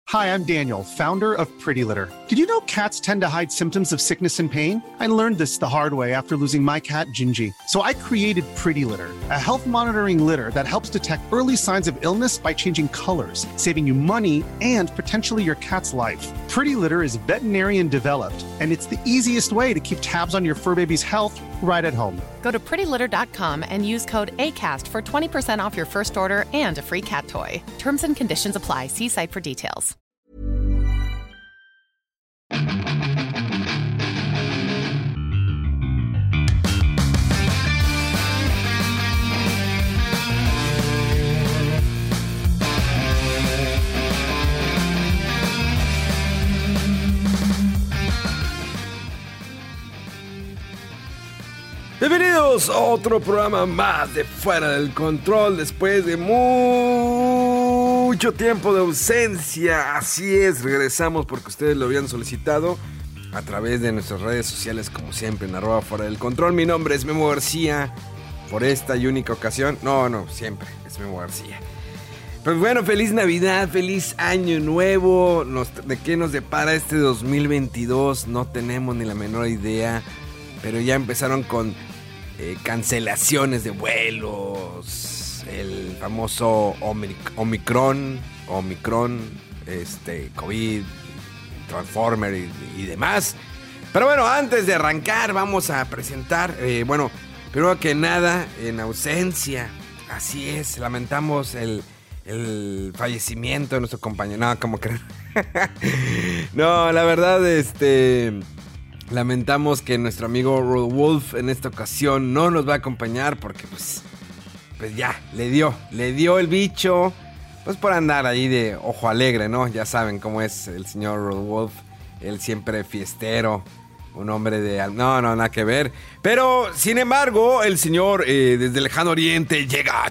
Hi, I'm Daniel, founder of Pretty Litter. Did you know cats tend to hide symptoms of sickness and pain? I learned this the hard way after losing my cat, Gingy. So I created Pretty Litter, a health monitoring litter that helps detect early signs of illness by changing colors, saving you money and potentially your cat's life. Pretty Litter is veterinarian developed, and it's the easiest way to keep tabs on your fur baby's health right at home. Go to prettylitter.com and use code ACAST for 20% off your first order and a free cat toy. Terms and conditions apply. See site for details. Bienvenidos a otro programa más de Fuera del Control después de mucho tiempo de ausencia. Así es, regresamos porque ustedes lo habían solicitado a través de nuestras redes sociales, como siempre, en @Fuera del Control. Mi nombre es Memo García. Por esta y única ocasión, no, siempre es Memo García. Pues bueno, feliz Navidad, feliz Año Nuevo. ¿De qué nos depara este 2022? No tenemos ni la menor idea. Pero ya empezaron con cancelaciones de vuelos, el famoso Omicron, COVID, Transformer y demás. Pero bueno, antes de arrancar vamos a presentar, primero que nada, en ausencia, así es, lamentamos el fallecimiento de nuestro compañero. No, ¿cómo creen? No, la verdad, lamentamos que nuestro amigo Road Wolf en esta ocasión no nos va a acompañar porque pues ya, le dio el bicho, pues por andar ahí de ojo alegre, ¿no? Ya saben cómo es el señor Road Wolf, él siempre fiestero, un hombre de... No, nada que ver. Pero, sin embargo, el señor desde el lejano oriente llega...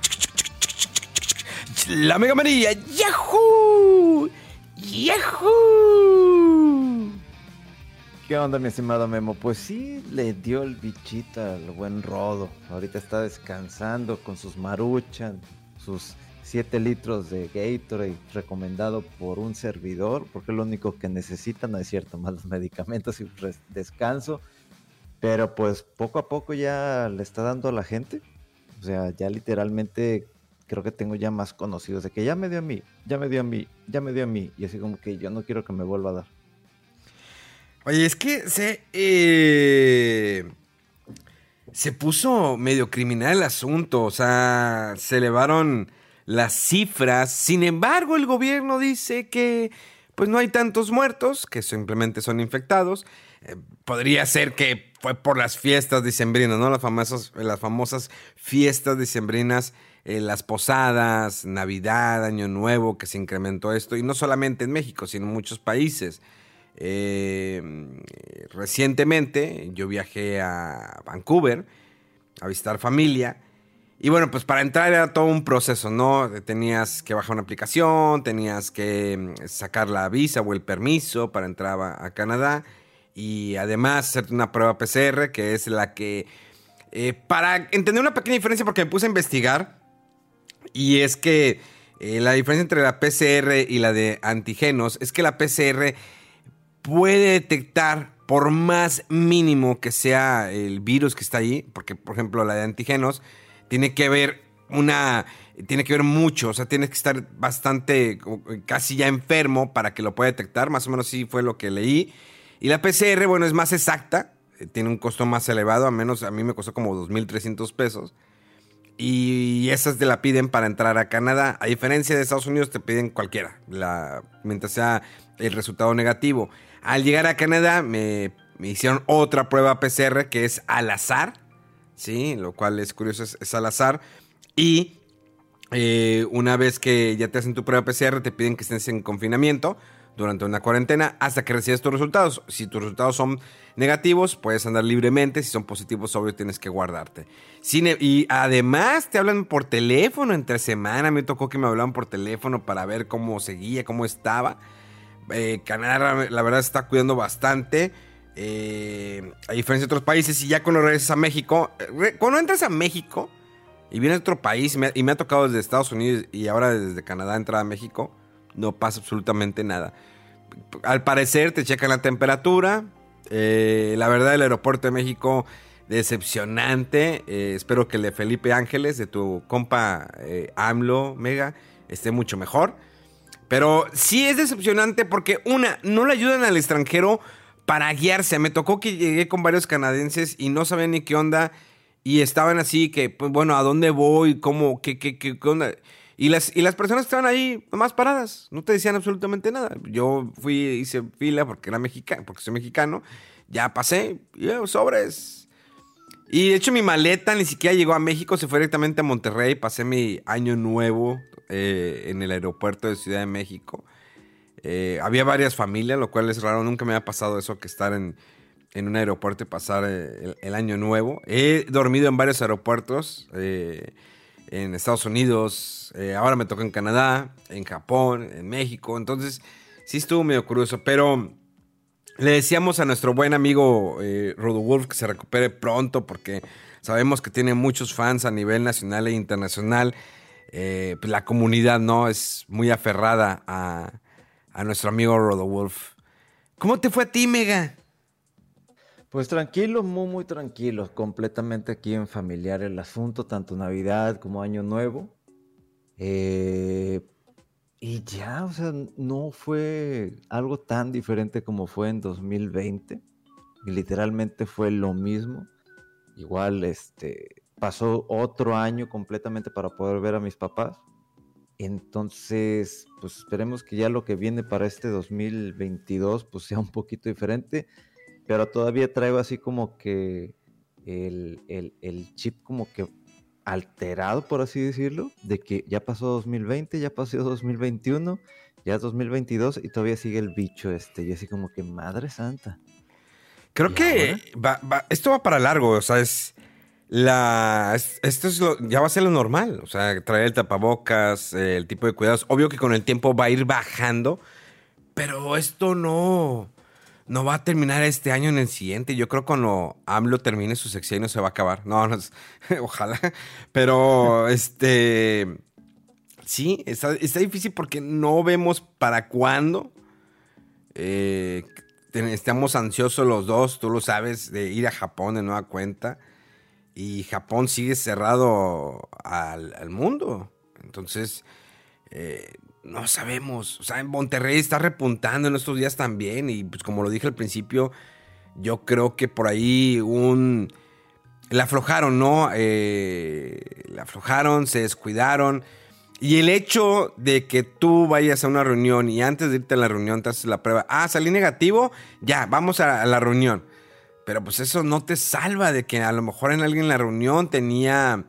La Mega María, ¡Yahoo! ¡Yahoo! ¿Qué onda, mi estimado Memo? Pues sí, le dio el bichito al buen Rodo. Ahorita está descansando con sus Maruchan, sus 7 litros de Gatorade recomendado por un servidor, porque es lo único que necesitan, no es cierto, más los medicamentos y descanso. Pero pues poco a poco ya le está dando a la gente. O sea, ya literalmente creo que tengo ya más conocidos de que ya me dio a mí, ya me dio a mí, ya me dio a mí. Y así como que yo no quiero que me vuelva a dar. Oye, es que se puso medio criminal el asunto, o sea, se elevaron las cifras. Sin embargo, el gobierno dice que pues no hay tantos muertos, que simplemente son infectados. Podría ser que fue por las fiestas dicembrinas, ¿no? Las famosas fiestas dicembrinas, las posadas, Navidad, Año Nuevo, que se incrementó esto, y no solamente en México, sino en muchos países. Recientemente yo viajé a Vancouver a visitar familia y bueno, pues para entrar era todo un proceso, ¿no? Tenías que bajar una aplicación, tenías que sacar la visa o el permiso para entrar a Canadá y además hacerte una prueba PCR, que es la que para entender una pequeña diferencia, porque me puse a investigar, y es que la diferencia entre la PCR y la de antígenos es que la PCR puede detectar, por más mínimo que sea el virus que está ahí, porque por ejemplo la de antígenos tiene que ver mucho, o sea, tienes que estar bastante, casi ya enfermo para que lo pueda detectar, más o menos sí fue lo que leí. Y la PCR, bueno, es más exacta, tiene un costo más elevado, a mí me costó como 2,300 pesos. Y esas te la piden para entrar a Canadá. A diferencia de Estados Unidos, te piden cualquiera, mientras sea el resultado negativo. Al llegar a Canadá, me hicieron otra prueba PCR que es al azar, ¿sí? Lo cual es curioso, es al azar. Y una vez que ya te hacen tu prueba PCR, te piden que estés en confinamiento durante una cuarentena hasta que recibas tus resultados. Si tus resultados son negativos, puedes andar libremente. Si son positivos, obvio, tienes que guardarte. Y además te hablan por teléfono entre semana. Me tocó que me hablaban por teléfono para ver cómo seguía, cómo estaba. Canadá, la verdad, está cuidando bastante. A diferencia de otros países. Y ya cuando regresas a México, cuando entras a México y vienes a otro país, y me ha tocado desde Estados Unidos y ahora desde Canadá entrar a México, no pasa absolutamente nada. Al parecer te checan la temperatura. La verdad, el aeropuerto de México, decepcionante. Espero que el de Felipe Ángeles, de tu compa AMLO, Mega, esté mucho mejor. Pero sí es decepcionante porque, no le ayudan al extranjero para guiarse. Me tocó que llegué con varios canadienses y no sabían ni qué onda. Y estaban así que, pues bueno, ¿a dónde voy? ¿Cómo? ¿Qué onda? Y las personas estaban ahí nomás paradas. No te decían absolutamente nada. Yo hice fila porque soy mexicano. Ya pasé. Sobres. Y de hecho mi maleta ni siquiera llegó a México. Se fue directamente a Monterrey. Pasé mi año nuevo en el aeropuerto de Ciudad de México. Había varias familias, lo cual es raro. Nunca me había pasado eso, que estar en un aeropuerto y pasar el año nuevo. He dormido en varios aeropuertos, en Estados Unidos, ahora me toca en Canadá, en Japón, en México. Entonces sí estuvo medio curioso, pero le decíamos a nuestro buen amigo Rodowulf que se recupere pronto, porque sabemos que tiene muchos fans a nivel nacional e internacional. Pues la comunidad, ¿no?, es muy aferrada a nuestro amigo Rodowulf. ¿Cómo te fue a ti, Mega? Pues tranquilo, muy tranquilo, completamente aquí en familiar el asunto, tanto Navidad como Año Nuevo. Y ya, o sea, no fue algo tan diferente como fue en 2020. Y literalmente fue lo mismo. Igual, pasó otro año completamente para poder ver a mis papás. Entonces, pues esperemos que ya lo que viene para este 2022 pues sea un poquito diferente. Pero todavía traigo así como que el chip como que alterado, por así decirlo, de que ya pasó 2020, ya pasó 2021, ya es 2022 y todavía sigue el bicho y así como que madre santa. Creo que esto va para largo, o sea, ya va a ser lo normal, o sea, traer el tapabocas, el tipo de cuidados. Obvio que con el tiempo va a ir bajando, pero esto no va a terminar este año en el siguiente. Yo creo que cuando AMLO termine su sexenio se va a acabar. No, ojalá. Pero, sí, está difícil porque no vemos para cuándo. Estamos ansiosos los dos, tú lo sabes, de ir a Japón de nueva cuenta. Y Japón sigue cerrado al mundo. Entonces, no sabemos. O sea, en Monterrey está repuntando en estos días también. Y pues como lo dije al principio, yo creo que por ahí la aflojaron, ¿no? La aflojaron, se descuidaron. Y el hecho de que tú vayas a una reunión y antes de irte a la reunión te haces la prueba. Salí negativo, ya, vamos a la reunión. Pero pues eso no te salva de que a lo mejor alguien en la reunión tenía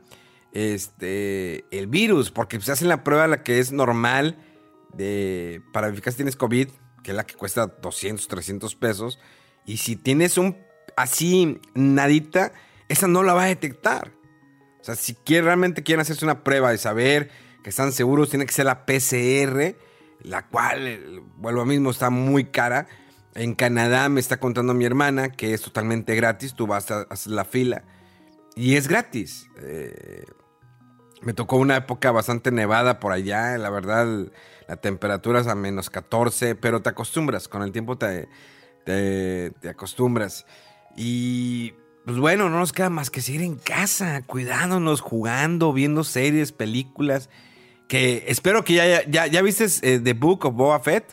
el virus, porque se hacen la prueba, la que es normal para verificar si tienes COVID, que es la que cuesta 200, 300 pesos, y si tienes así nadita, esa no la va a detectar. O sea, si realmente quieren hacerse una prueba de saber que están seguros, tiene que ser la PCR, la cual, vuelvo a mismo, está muy cara. En Canadá me está contando mi hermana que es totalmente gratis, tú vas a hacer la fila y es gratis. Me tocó una época bastante nevada por allá, la verdad, la temperatura es a menos 14, pero te acostumbras, con el tiempo te acostumbras. Y pues bueno, no nos queda más que seguir en casa, cuidándonos, jugando, viendo series, películas, que espero que ya viste The Book of Boba Fett.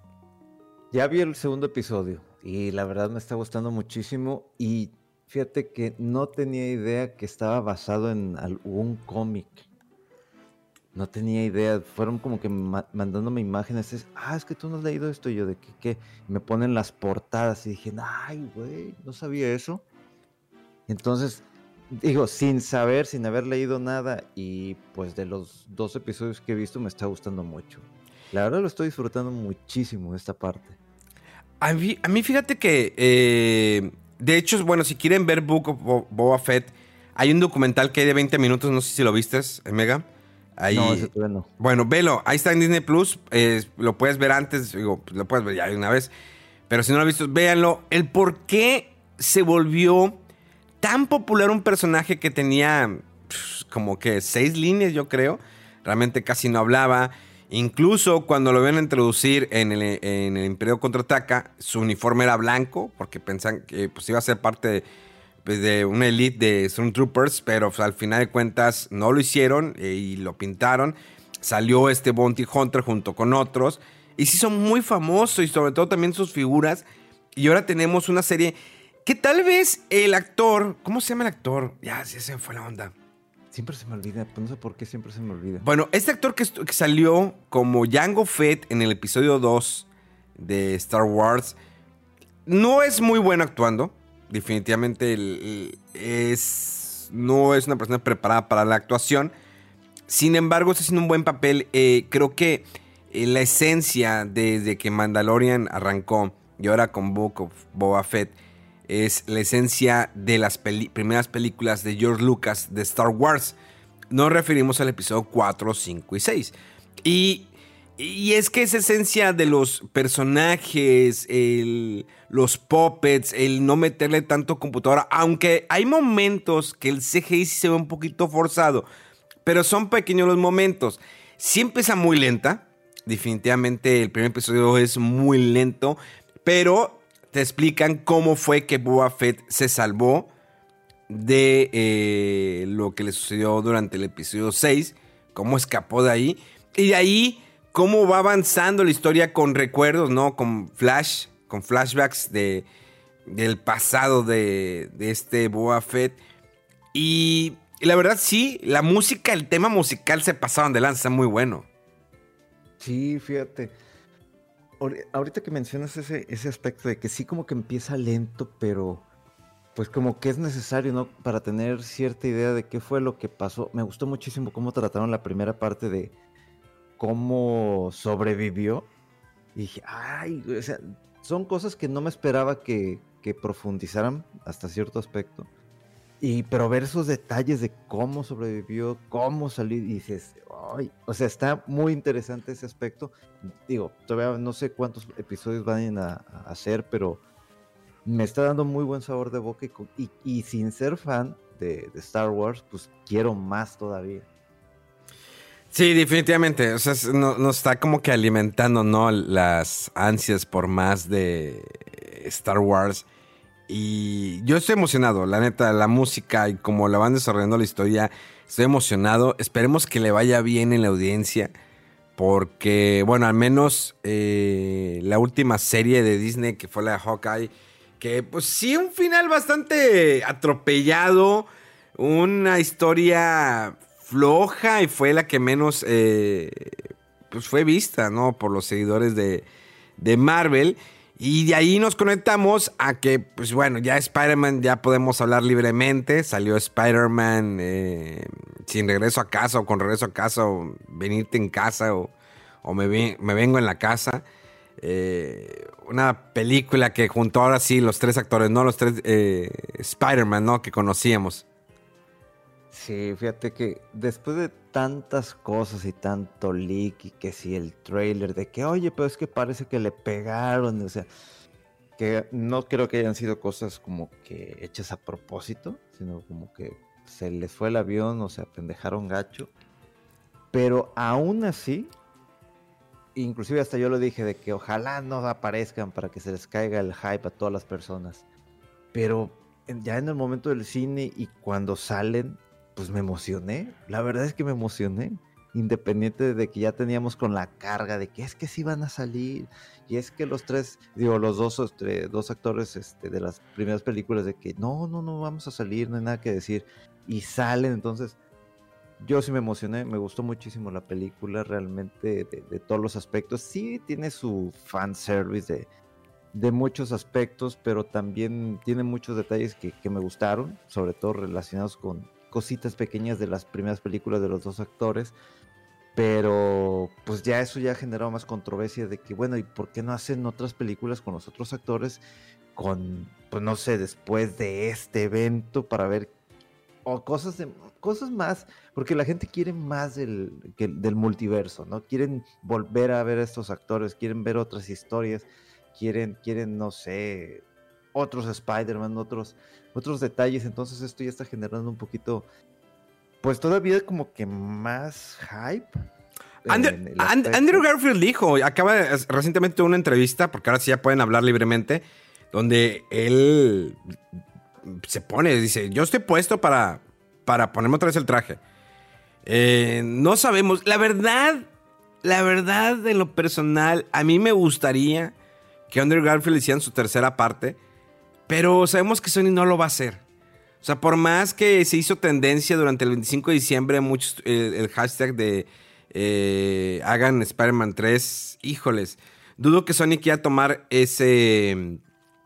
Ya vi el segundo episodio y la verdad me está gustando muchísimo y fíjate que no tenía idea que estaba basado en algún cómic. No tenía idea, fueron como que mandándome imágenes. Es que tú no has leído esto. Y yo, ¿de qué? Me ponen las portadas y dije, ay, güey, no sabía eso. Entonces, digo, sin haber leído nada y pues de los 2 episodios que he visto me está gustando mucho. La verdad lo estoy disfrutando muchísimo esta parte. A mí fíjate que, de hecho, bueno, si quieren ver Book of Boba Fett, hay un documental que hay de 20 minutos, no sé si lo vistes, Mega. Ahí, no, ese todavía no. Bueno, velo, ahí está en Disney Plus, lo puedes ver antes, digo, lo puedes ver ya de una vez, pero si no lo has visto, véanlo. El por qué se volvió tan popular un personaje que tenía como que 6 líneas, yo creo, realmente casi no hablaba. Incluso cuando lo ven a introducir en el Imperio Contraataca, su uniforme era blanco, porque pensaban que pues, iba a ser parte de una elite de Stormtroopers, pero pues, al final de cuentas no lo hicieron y lo pintaron. Salió este Bounty Hunter junto con otros, y sí son muy famosos, y sobre todo también sus figuras. Y ahora tenemos una serie que tal vez el actor, ¿cómo se llama el actor? Ya, sí, se me fue la onda. Siempre se me olvida, pues no sé por qué siempre se me olvida. Bueno, este actor que salió como Jango Fett en el episodio 2 de Star Wars, no es muy bueno actuando. Definitivamente no es una persona preparada para la actuación. Sin embargo, está haciendo un buen papel. Creo que la esencia desde que Mandalorian arrancó y ahora con Book of Boba Fett es la esencia de las primeras películas de George Lucas de Star Wars. Nos referimos al episodio 4, 5 y 6. Y es que esa esencia de los personajes, los puppets, el no meterle tanto computadora, aunque hay momentos que el CGI sí se ve un poquito forzado, pero son pequeños los momentos. Sí empieza muy lenta, definitivamente el primer episodio es muy lento, pero te explican cómo fue que Boba Fett se salvó de lo que le sucedió durante el episodio 6, cómo escapó de ahí, y de ahí cómo va avanzando la historia con recuerdos, ¿no? Con flashbacks del pasado de este Boba Fett. Y la verdad sí, la música, el tema musical se pasaron de lanza, muy bueno. Sí, fíjate. Ahorita que mencionas ese aspecto de que sí como que empieza lento, pero pues como que es necesario, ¿no? Para tener cierta idea de qué fue lo que pasó. Me gustó muchísimo cómo trataron la primera parte de cómo sobrevivió. Y dije, ay, o sea, son cosas que no me esperaba que profundizaran hasta cierto aspecto. Pero ver esos detalles de cómo sobrevivió, cómo salió, y dices, ay, o sea, está muy interesante ese aspecto. Digo, todavía no sé cuántos episodios van a hacer, pero me está dando muy buen sabor de boca y sin ser fan de Star Wars, pues quiero más todavía. Sí, definitivamente. O sea, nos está como que alimentando, ¿no? Las ansias por más de Star Wars. Y yo estoy emocionado, la neta, la música y como la van desarrollando la historia, estoy emocionado. Esperemos que le vaya bien en la audiencia, porque, bueno, al menos la última serie de Disney, que fue la de Hawkeye, que pues sí, un final bastante atropellado, una historia floja y fue la que menos pues fue vista, ¿no? Por los seguidores de Marvel. Y de ahí nos conectamos a que, pues bueno, ya Spider-Man, ya podemos hablar libremente. Salió Spider-Man sin regreso a casa o con regreso a casa o venirte en casa o me vengo en la casa. Una película que juntó ahora sí los tres actores, ¿no? Los tres Spider-Man, ¿no? Que conocíamos. Sí, fíjate que después de tantas cosas y tanto leak y que si el trailer de que, oye, pero es que parece que le pegaron, o sea, que no creo que hayan sido cosas como que hechas a propósito, sino como que se les fue el avión o se apendejaron gacho, pero aún así, inclusive hasta yo lo dije de que ojalá no aparezcan para que se les caiga el hype a todas las personas, pero ya en el momento del cine y cuando salen, pues me emocioné, la verdad es que me emocioné, independiente de que ya teníamos con la carga de que es que sí van a salir, y es que los dos actores de las primeras películas de que no vamos a salir, no hay nada que decir, y salen. Entonces yo sí me emocioné, me gustó muchísimo la película, realmente de todos los aspectos. Sí tiene su fanservice de muchos aspectos, pero también tiene muchos detalles que me gustaron, sobre todo relacionados con cositas pequeñas de las primeras películas de los dos actores, pero pues ya eso ya ha generado más controversia de que bueno, ¿y por qué no hacen otras películas con los otros actores con, pues no sé, después de este evento para ver o cosas más, porque la gente quiere más del multiverso, ¿no? Quieren volver a ver a estos actores, quieren ver otras historias, quieren no sé, otros Spider-Man, otros detalles. Entonces esto ya está generando un poquito, pues todavía como que más hype. Andrew Garfield dijo, recientemente una entrevista, porque ahora sí ya pueden hablar libremente, donde él se pone, dice, yo estoy puesto para ponerme otra vez el traje. No sabemos, la verdad, en lo personal, a mí me gustaría que Andrew Garfield hicieran su tercera parte, pero sabemos que Sony no lo va a hacer. O sea, por más que se hizo tendencia durante el 25 de diciembre, muchos, el hashtag de hagan Spider-Man 3, híjoles, dudo que Sony quiera tomar ese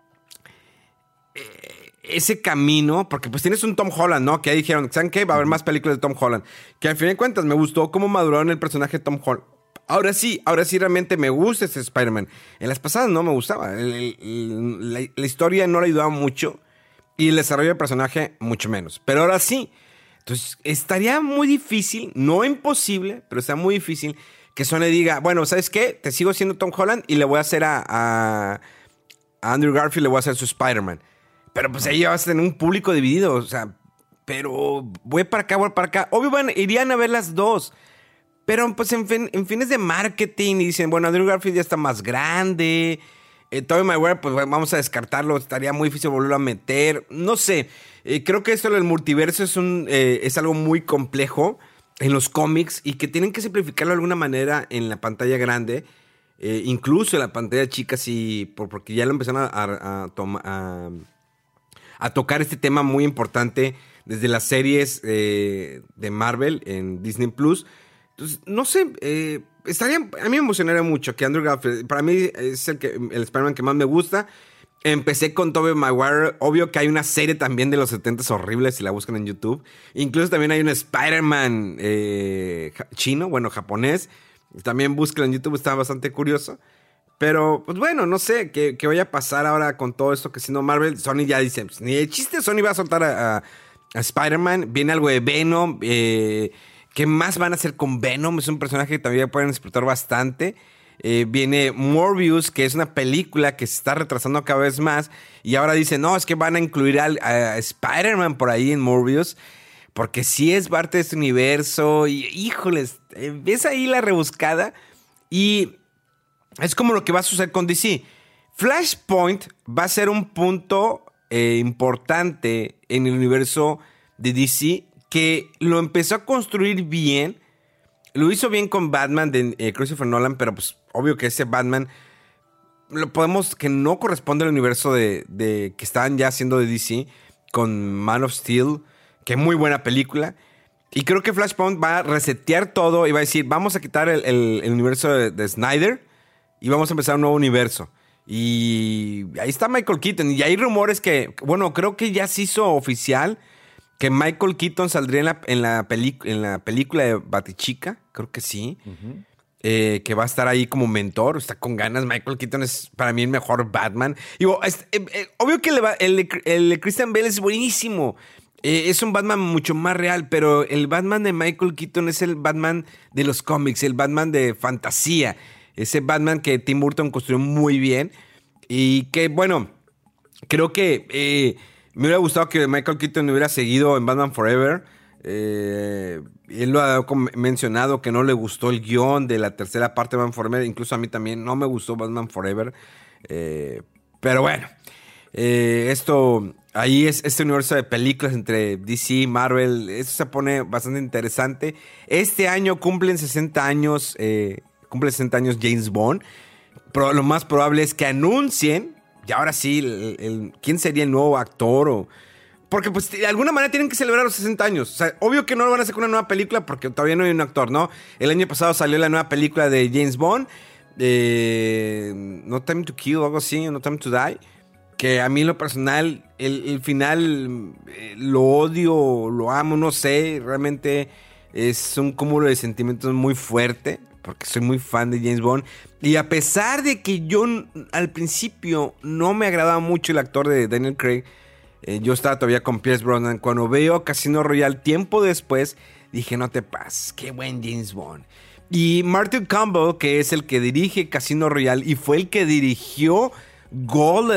camino, porque pues tienes un Tom Holland, ¿no? Que ahí dijeron, ¿saben qué? Va a haber más películas de Tom Holland. Que al fin de cuentas me gustó cómo maduraron el personaje de Tom Holland. Ahora sí realmente me gusta ese Spider-Man. En las pasadas no me gustaba. La historia no le ayudaba mucho y el desarrollo del personaje mucho menos. Pero ahora sí. Entonces estaría muy difícil, no imposible, pero está muy difícil que Sony diga, bueno, ¿sabes qué? Te sigo siendo Tom Holland y le voy a hacer a Andrew Garfield, le voy a hacer su Spider-Man. Pero pues ahí vas a tener un público dividido, o sea, pero voy para acá. Obvio irían a ver las dos, pero pues en fines de marketing y dicen, bueno, Andrew Garfield ya está más grande, Tobey Maguire, pues vamos a descartarlo, estaría muy difícil volverlo a meter, no sé. Creo que esto del multiverso es algo muy complejo en los cómics y que tienen que simplificarlo de alguna manera en la pantalla grande, incluso en la pantalla chica, porque ya lo empezaron a tocar este tema muy importante desde las series de Marvel en Disney Plus. Entonces, no sé, a mí me emocionaría mucho que Andrew Garfield, para mí es el Spider-Man que más me gusta. Empecé con Tobey Maguire, obvio que hay una serie también de los 70s horribles si la buscan en YouTube. Incluso también hay un Spider-Man chino, japonés. También búsquenlo en YouTube, está bastante curioso. Pero, pues bueno, no sé qué vaya a pasar ahora con todo esto que siendo Marvel. Sony ya dice, pues, ni de chiste Sony va a soltar a Spider-Man. Viene algo de Venom. ¿Qué más van a hacer con Venom? Es un personaje que también pueden explotar bastante. Viene Morbius, que es una película que se está retrasando cada vez más. Y ahora dicen, no, es que van a incluir a Spider-Man por ahí en Morbius. Porque sí es parte de este universo. Y, híjoles, ves ahí la rebuscada. Y es como lo que va a suceder con DC. Flashpoint va a ser un punto importante en el universo de DC que lo empezó a construir bien. Lo hizo bien con Batman de Christopher Nolan, pero pues obvio que ese Batman que no corresponde al universo de que estaban ya haciendo de DC con Man of Steel, que es muy buena película. Y creo que Flashpoint va a resetear todo y va a decir, vamos a quitar el universo de Snyder y vamos a empezar un nuevo universo. Y ahí está Michael Keaton. Y hay rumores que, creo que ya se hizo oficial que Michael Keaton saldría en la película de Batichica. Creo que sí. Uh-huh. Que va a estar ahí como mentor. Está con ganas. Michael Keaton es para mí el mejor Batman. Digo, obvio que el de Christian Bale es buenísimo. Es un Batman mucho más real, pero el Batman de Michael Keaton es el Batman de los cómics, el Batman de fantasía. Ese Batman que Tim Burton construyó muy bien. Y que, creo que me hubiera gustado que Michael Keaton hubiera seguido en Batman Forever. Él lo ha mencionado que no le gustó el guión de la tercera parte de Batman Forever. Incluso a mí también no me gustó Batman Forever. Pero bueno, esto... Ahí es este universo de películas entre DC y Marvel. Eso se pone bastante interesante. Este año cumplen 60 años James Bond. Pero lo más probable es que anuncien, y ahora sí, quién sería el nuevo actor. Porque pues de alguna manera tienen que celebrar los 60 años. O sea, obvio que no lo van a hacer con una nueva película porque todavía no hay un actor, ¿no? El año pasado salió la nueva película de James Bond. No Time to Kill o algo así, No Time to Die. Que a mí en lo personal, el final lo odio, lo amo, no sé. Realmente es un cúmulo de sentimientos muy fuerte. Porque soy muy fan de James Bond. Y a pesar de que yo al principio no me agradaba mucho el actor de Daniel Craig. Yo estaba todavía con Pierce Brosnan. Cuando veo Casino Royale tiempo después, dije, no te pases, qué buen James Bond. Y Martin Campbell, que es el que dirige Casino Royale y fue el que dirigió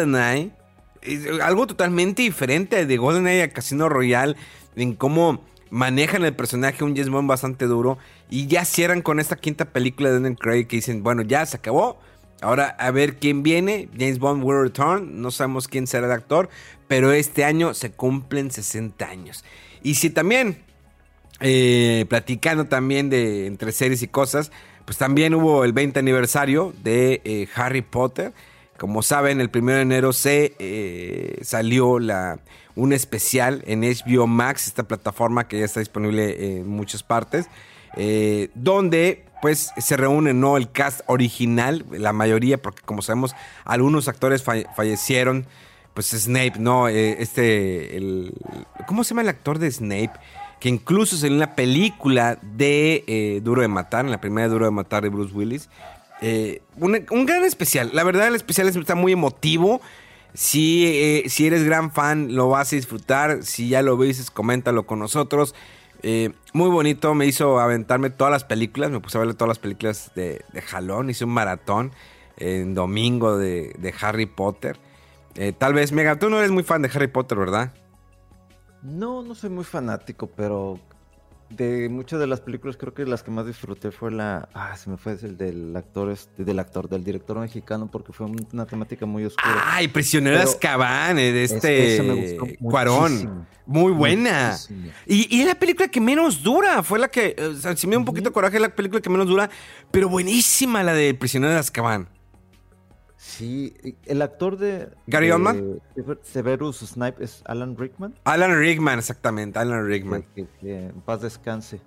GoldenEye, algo totalmente diferente de GoldenEye a Casino Royale, en cómo manejan el personaje, un James Bond bastante duro, y ya cierran con esta quinta película de Daniel Craig que dicen, bueno, ya se acabó, ahora a ver quién viene, James Bond will return, no sabemos quién será el actor, pero este año se cumplen 60 años. Y si también, platicando también de entre series y cosas, pues también hubo el 20 aniversario de Harry Potter. Como saben, el 1 de enero salió un especial en HBO Max, esta plataforma que ya está disponible en muchas partes, donde pues se reúne, ¿no?, el cast original, la mayoría, porque como sabemos, algunos actores fallecieron. Pues Snape, ¿no? ¿Cómo se llama el actor de Snape? Que incluso salió en la película de Duro de Matar, en la primera Duro de Matar de Bruce Willis. Un gran especial. La verdad, el especial está muy emotivo. Si eres gran fan, lo vas a disfrutar. Si ya lo viste, coméntalo con nosotros. Muy bonito. Me hizo aventarme todas las películas. Me puse a ver todas las películas de jalón. Hice un maratón en domingo de Harry Potter. Tal vez, Mega, tú no eres muy fan de Harry Potter, ¿verdad? No soy muy fanático, pero de muchas de las películas creo que las que más disfruté fue se me fue el del director mexicano, porque fue una temática muy oscura. ¡Ay, Prisionero de Azkaban! Esa me gustó Cuarón. Muy buena. Muchísimo. Y es la película que menos dura. Fue la que, si me da un poquito de coraje, es la película que menos dura, pero buenísima la de Prisionero de Azkaban. Sí, el actor de ¿Gary Oldman? Severus Snape es Alan Rickman. Alan Rickman, exactamente, Alan Rickman. Que en paz descanse.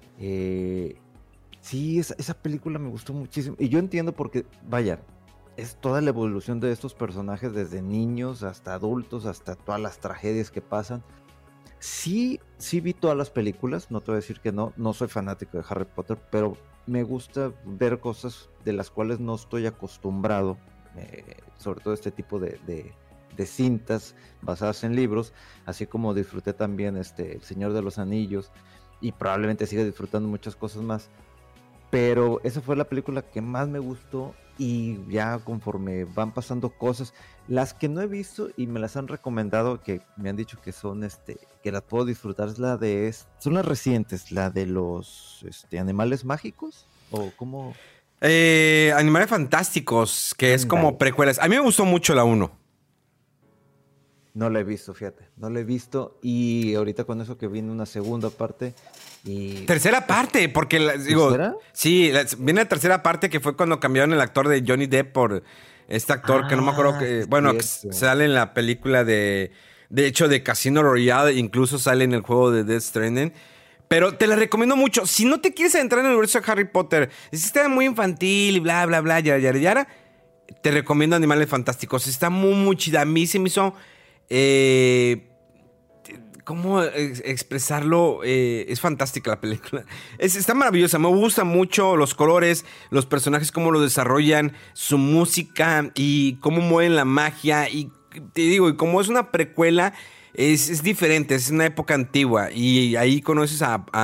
Sí, esa película me gustó muchísimo. Y yo entiendo porque, vaya, es toda la evolución de estos personajes, desde niños hasta adultos, hasta todas las tragedias que pasan. Sí vi todas las películas, no te voy a decir que no soy fanático de Harry Potter, pero me gusta ver cosas de las cuales no estoy acostumbrado. Sobre todo este tipo de cintas basadas en libros, así como disfruté también El Señor de los Anillos, y probablemente siga disfrutando muchas cosas más, pero esa fue la película que más me gustó. Y ya conforme van pasando cosas, las que no he visto y me las han recomendado, que me han dicho que son que las puedo disfrutar, son las recientes, la de los animales mágicos, o cómo. Animales Fantásticos, que es como precuelas. A mí me gustó mucho la 1. No la he visto, fíjate. No la he visto. Y ahorita con eso que viene una segunda parte. Tercera parte, porque ¿Tercera? Sí, viene la tercera parte, que fue cuando cambiaron el actor de Johnny Depp por este actor que no me acuerdo que sale en la película de hecho de Casino Royale, incluso sale en el juego de Death Stranding. Pero te la recomiendo mucho. Si no te quieres entrar en el universo de Harry Potter, si está muy infantil y bla, bla, bla, yara, te recomiendo Animales Fantásticos. Está muy, muy chida. A mí se me hizo... ¿cómo expresarlo? Es fantástica la película. Está maravillosa. Me gusta mucho los colores, los personajes, cómo lo desarrollan, su música y cómo mueven la magia. Y te digo, y como es una precuela... Es diferente, es una época antigua. Y ahí conoces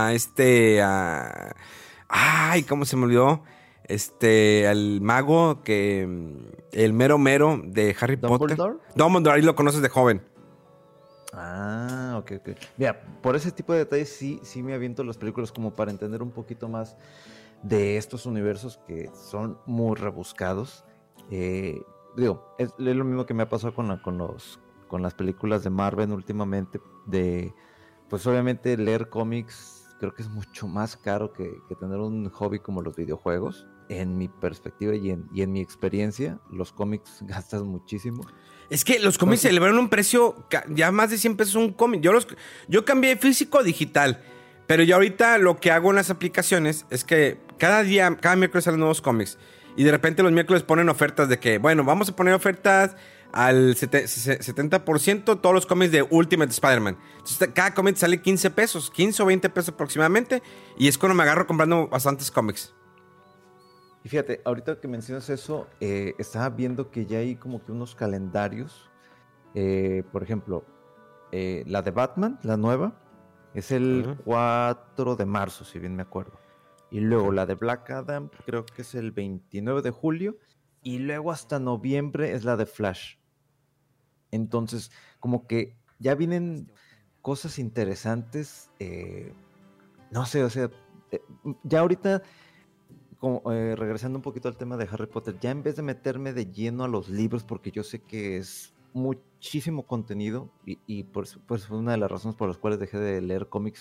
ay, ¿cómo se me olvidó? Al mago el mero de Harry Potter. Dumbledore, ahí lo conoces de joven. Ah, ok. Mira, por ese tipo de detalles sí me aviento las películas como para entender un poquito más de estos universos que son muy rebuscados. Es lo mismo que me ha pasado con las películas de Marvel últimamente, pues obviamente leer cómics creo que es mucho más caro que tener un hobby como los videojuegos. En mi perspectiva y en mi experiencia, los cómics gastan muchísimo. Es que los cómics se elevaron un precio, ya más de 100 pesos un cómic. Yo cambié de físico a digital, pero yo ahorita lo que hago en las aplicaciones es que cada miércoles salen nuevos cómics. Y de repente los miércoles ponen ofertas de que, bueno, vamos a poner ofertas al 70% todos los cómics de Ultimate Spider-Man. Entonces cada cómic sale 15 pesos, 15 o 20 pesos aproximadamente. Y es cuando me agarro comprando bastantes cómics. Y fíjate, ahorita que mencionas eso, estaba viendo que ya hay como que unos calendarios. Por ejemplo, la de Batman, la nueva, es el 4 de marzo, si bien me acuerdo. Y luego la de Black Adam, creo que es el 29 de julio. Y luego hasta noviembre es la de Flash. Entonces, como que ya vienen cosas interesantes. No sé, o sea, ya ahorita, como, regresando un poquito al tema de Harry Potter, ya en vez de meterme de lleno a los libros, porque yo sé que es muchísimo contenido, y pues fue una de las razones por las cuales dejé de leer cómics,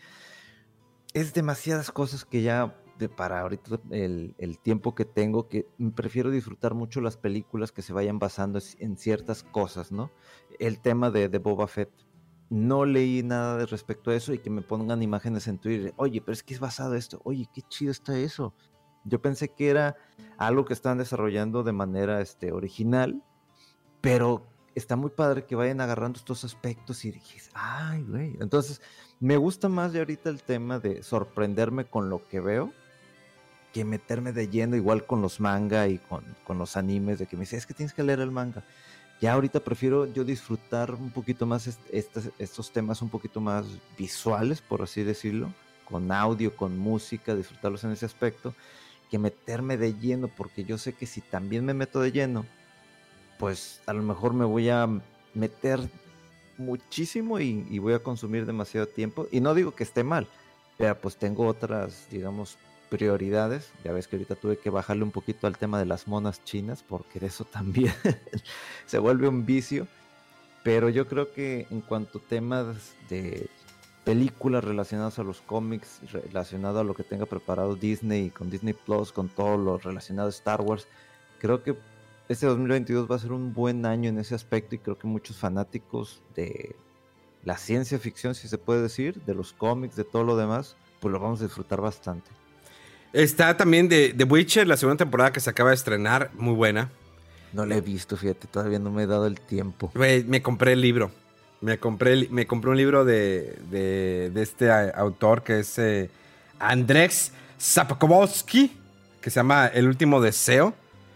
es demasiadas cosas que ya para ahorita el tiempo que tengo, que prefiero disfrutar mucho las películas que se vayan basando en ciertas cosas, ¿no? El tema de Boba Fett. No leí nada de respecto a eso y que me pongan imágenes en Twitter. Oye, pero es que es basado en esto. Oye, qué chido está eso. Yo pensé que era algo que estaban desarrollando de manera original, pero está muy padre que vayan agarrando estos aspectos y dije, ay, güey. Entonces, me gusta más de ahorita el tema de sorprenderme con lo que veo que meterme de lleno igual con los manga y con los animes, de que me dice, es que tienes que leer el manga. Ya ahorita prefiero yo disfrutar un poquito más estos temas un poquito más visuales, por así decirlo, con audio, con música, disfrutarlos en ese aspecto, que meterme de lleno, porque yo sé que si también me meto de lleno, pues a lo mejor me voy a meter muchísimo y voy a consumir demasiado tiempo. Y no digo que esté mal, pero pues tengo otras, digamos, prioridades. Ya ves que ahorita tuve que bajarle un poquito al tema de las monas chinas, porque de eso también se vuelve un vicio. Pero yo creo que en cuanto a temas de películas relacionadas a los cómics, relacionado a lo que tenga preparado Disney, con Disney Plus, con todo lo relacionado a Star Wars, creo que este 2022 va a ser un buen año en ese aspecto, y creo que muchos fanáticos de la ciencia ficción, si se puede decir, de los cómics, de todo lo demás, pues lo vamos a disfrutar bastante. Está también de The Witcher, la segunda temporada que se acaba de estrenar, muy buena. No la he visto, fíjate, todavía no me he dado el tiempo. Me compré el libro. Me compré un libro de este autor que es Andrzej Sapkowski, que se llama El último deseo.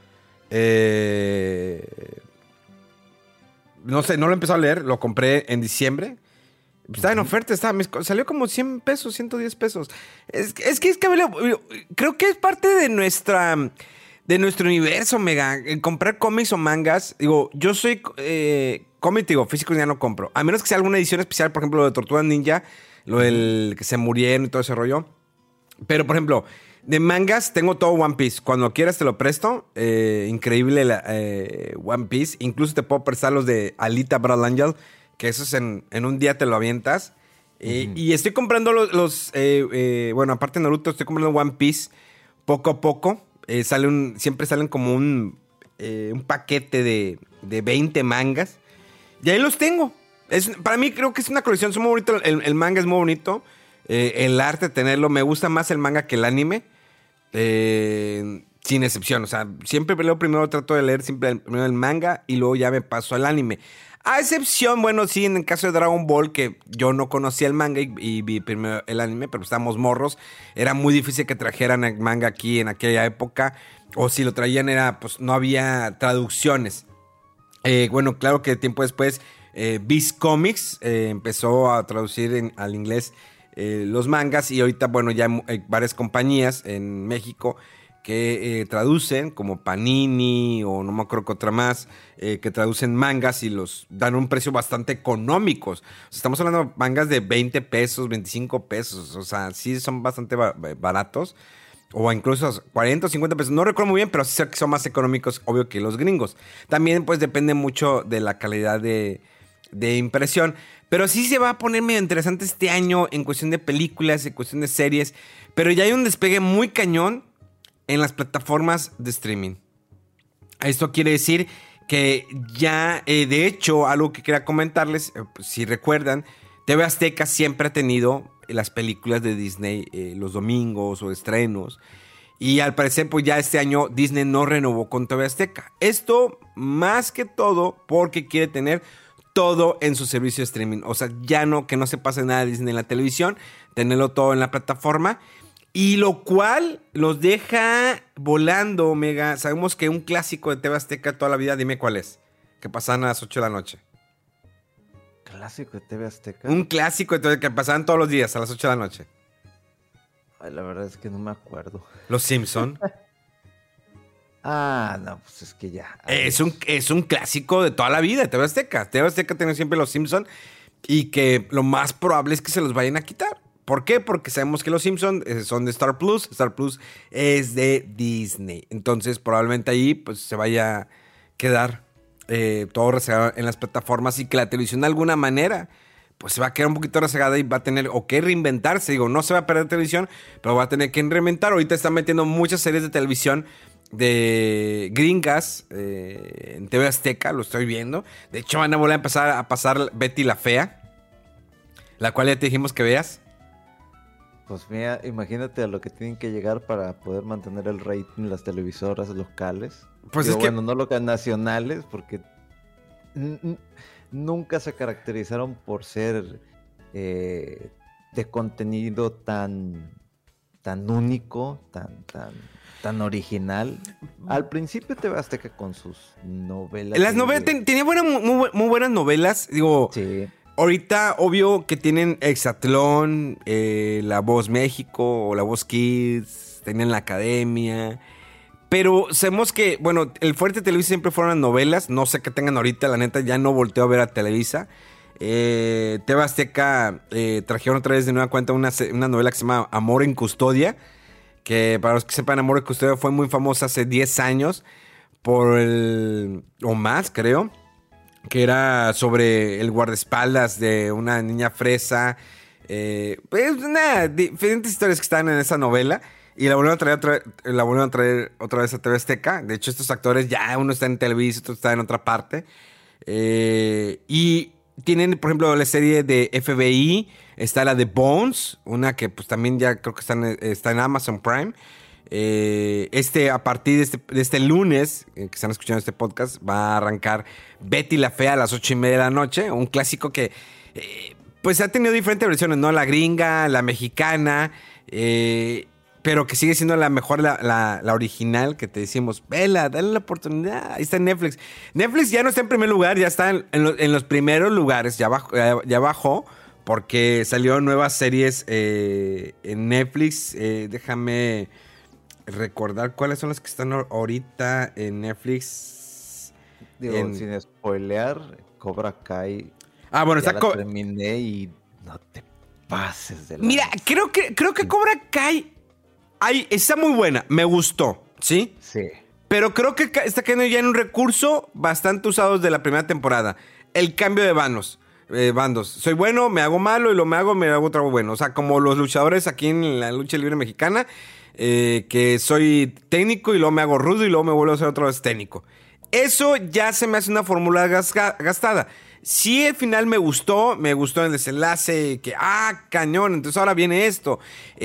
No sé, no lo he empezado a leer, lo compré en diciembre. Estaba en oferta, salió como 100 pesos, 110 pesos. Es que creo que es parte de nuestro universo, Mega. Comprar cómics o mangas. Digo, yo soy cómic, digo, físicos ya no compro. A menos que sea alguna edición especial, por ejemplo, lo de Tortuga Ninja, lo del que se murieron y todo ese rollo. Pero, por ejemplo, de mangas tengo todo One Piece. Cuando quieras te lo presto. Increíble One Piece. Incluso te puedo prestar los de Alita Battle Angel, que esos en un día te lo avientas. Y estoy comprando bueno, aparte de Naruto, estoy comprando One Piece poco a poco. Siempre salen como un paquete de 20 mangas. Y ahí los tengo. Para mí creo que es una colección. Es muy bonito. El manga es muy bonito. El arte, tenerlo. Me gusta más el manga que el anime. Sin excepción. O sea, siempre trato de leer primero el manga y luego ya me paso al anime. A excepción, bueno, sí, en el caso de Dragon Ball, que yo no conocía el manga y vi primero el anime, pero estábamos morros. Era muy difícil que trajeran el manga aquí en aquella época. O si lo traían pues no había traducciones. Bueno, claro que tiempo después Viz Comics empezó a traducir al inglés los mangas. Y ahorita, bueno, ya hay varias compañías en México que traducen, como Panini o no me acuerdo qué otra más, que traducen mangas y los dan a un precio bastante económicos. O sea, estamos hablando de mangas de 20 pesos, 25 pesos. O sea, sí son bastante baratos. O incluso 40 o 50 pesos. No recuerdo muy bien, pero sí sé que son más económicos, obvio, que los gringos. También, pues, depende mucho de la calidad de impresión. Pero sí se va a poner medio interesante este año en cuestión de películas, en cuestión de series. Pero ya hay un despegue muy cañón en las plataformas de streaming. Esto quiere decir que ya, de hecho, algo que quería comentarles, si recuerdan, TV Azteca siempre ha tenido las películas de Disney los domingos o estrenos. Y al parecer, pues ya este año Disney no renovó con TV Azteca. Esto más que todo porque quiere tener todo en su servicio de streaming. O sea, ya no, que no se pase nada de Disney en la televisión, tenerlo todo en la plataforma. Y lo cual los deja volando, Mega. Sabemos que un clásico de TV Azteca toda la vida, dime cuál es. Que pasaban a las 8 de la noche. ¿Clásico de TV Azteca? Un clásico de TV que pasaban todos los días a las 8 de la noche. Ay, la verdad es que no me acuerdo. Los Simpson. No, pues es que ya. Es un clásico de toda la vida de TV Azteca. TV Azteca tiene siempre Los Simpson. y que lo más probable es que se los vayan a quitar. ¿Por qué? Porque sabemos que los Simpsons son de Star Plus. Star Plus es de Disney. Entonces, probablemente ahí pues, se vaya a quedar todo rezagado en las plataformas y que la televisión de alguna manera pues se va a quedar un poquito rezagada y va a tener o que reinventarse. Digo, no se va a perder televisión, pero va a tener que reinventar. Ahorita están metiendo muchas series de televisión de gringas en TV Azteca, lo estoy viendo. De hecho, van a volver a empezar a pasar Betty la Fea, la cual ya te dijimos que veas. Pues mira, imagínate a lo que tienen que llegar para poder mantener el rating las televisoras locales. Pues Digo, es que... bueno, no locales, nacionales, porque nunca se caracterizaron por ser de contenido tan único, tan original. Al principio TV Azteca con sus novelas. Las novelas, tenía muy buenas novelas, digo... Sí. Ahorita, obvio que tienen Hexatlón, La Voz México o La Voz Kids, tienen La Academia. Pero sabemos que, bueno, el fuerte de Televisa siempre fueron las novelas. No sé qué tengan ahorita, la neta, ya no volteo a ver a Televisa. TV Azteca trajeron otra vez de nueva cuenta una novela que se llama Amor en Custodia. Que para los que sepan, Amor en Custodia fue muy famosa hace 10 años. O más, creo. Que era sobre el guardaespaldas de una niña fresa. Pues nada, diferentes historias que estaban en esa novela. Y la volvieron a traer otra vez a TV Azteca. De hecho, estos actores ya uno está en Televisa, otro está en otra parte. Y tienen, por ejemplo, la serie de FBI. Está la de Bones, una que pues también ya creo que está en Amazon Prime. A partir de este lunes que están escuchando este podcast, va a arrancar Betty la Fea a las 8:30 de la noche. Un clásico que pues ha tenido diferentes versiones, ¿no? La gringa, la mexicana, pero que sigue siendo la mejor, la original, que te decimos, vela, dale la oportunidad. Ahí está en Netflix. Netflix ya no está en primer lugar, ya está en los primeros lugares, ya bajó. Porque salieron nuevas series en Netflix. Déjame recordar cuáles son las que están ahorita en Netflix. Digo, sin spoilear, Cobra Kai. Ah, bueno, ya la terminé y no te pases de la... Mira, creo que Cobra Kai está muy buena. Me gustó, ¿sí? Sí. Pero creo que está cayendo ya en un recurso bastante usado desde la primera temporada. El cambio de bandos. Soy bueno, me hago malo y me hago otro bueno. O sea, como los luchadores aquí en la lucha libre mexicana, que soy técnico y luego me hago rudo y luego me vuelvo a ser otra vez técnico. Eso ya se me hace una fórmula gastada. Sí, al final me gustó el desenlace, que cañón, entonces ahora viene esto.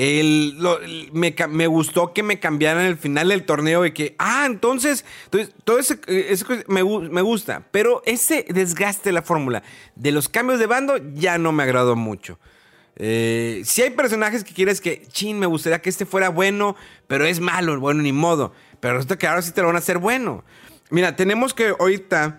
Me gustó que me cambiaran el final del torneo de que, entonces todo ese me gusta, pero ese desgaste de la fórmula de los cambios de bando ya no me agradó mucho. Si hay personajes que quieres que, me gustaría que este fuera bueno, pero es malo, bueno, ni modo. Pero resulta que ahora sí te lo van a hacer bueno. Mira, tenemos que ahorita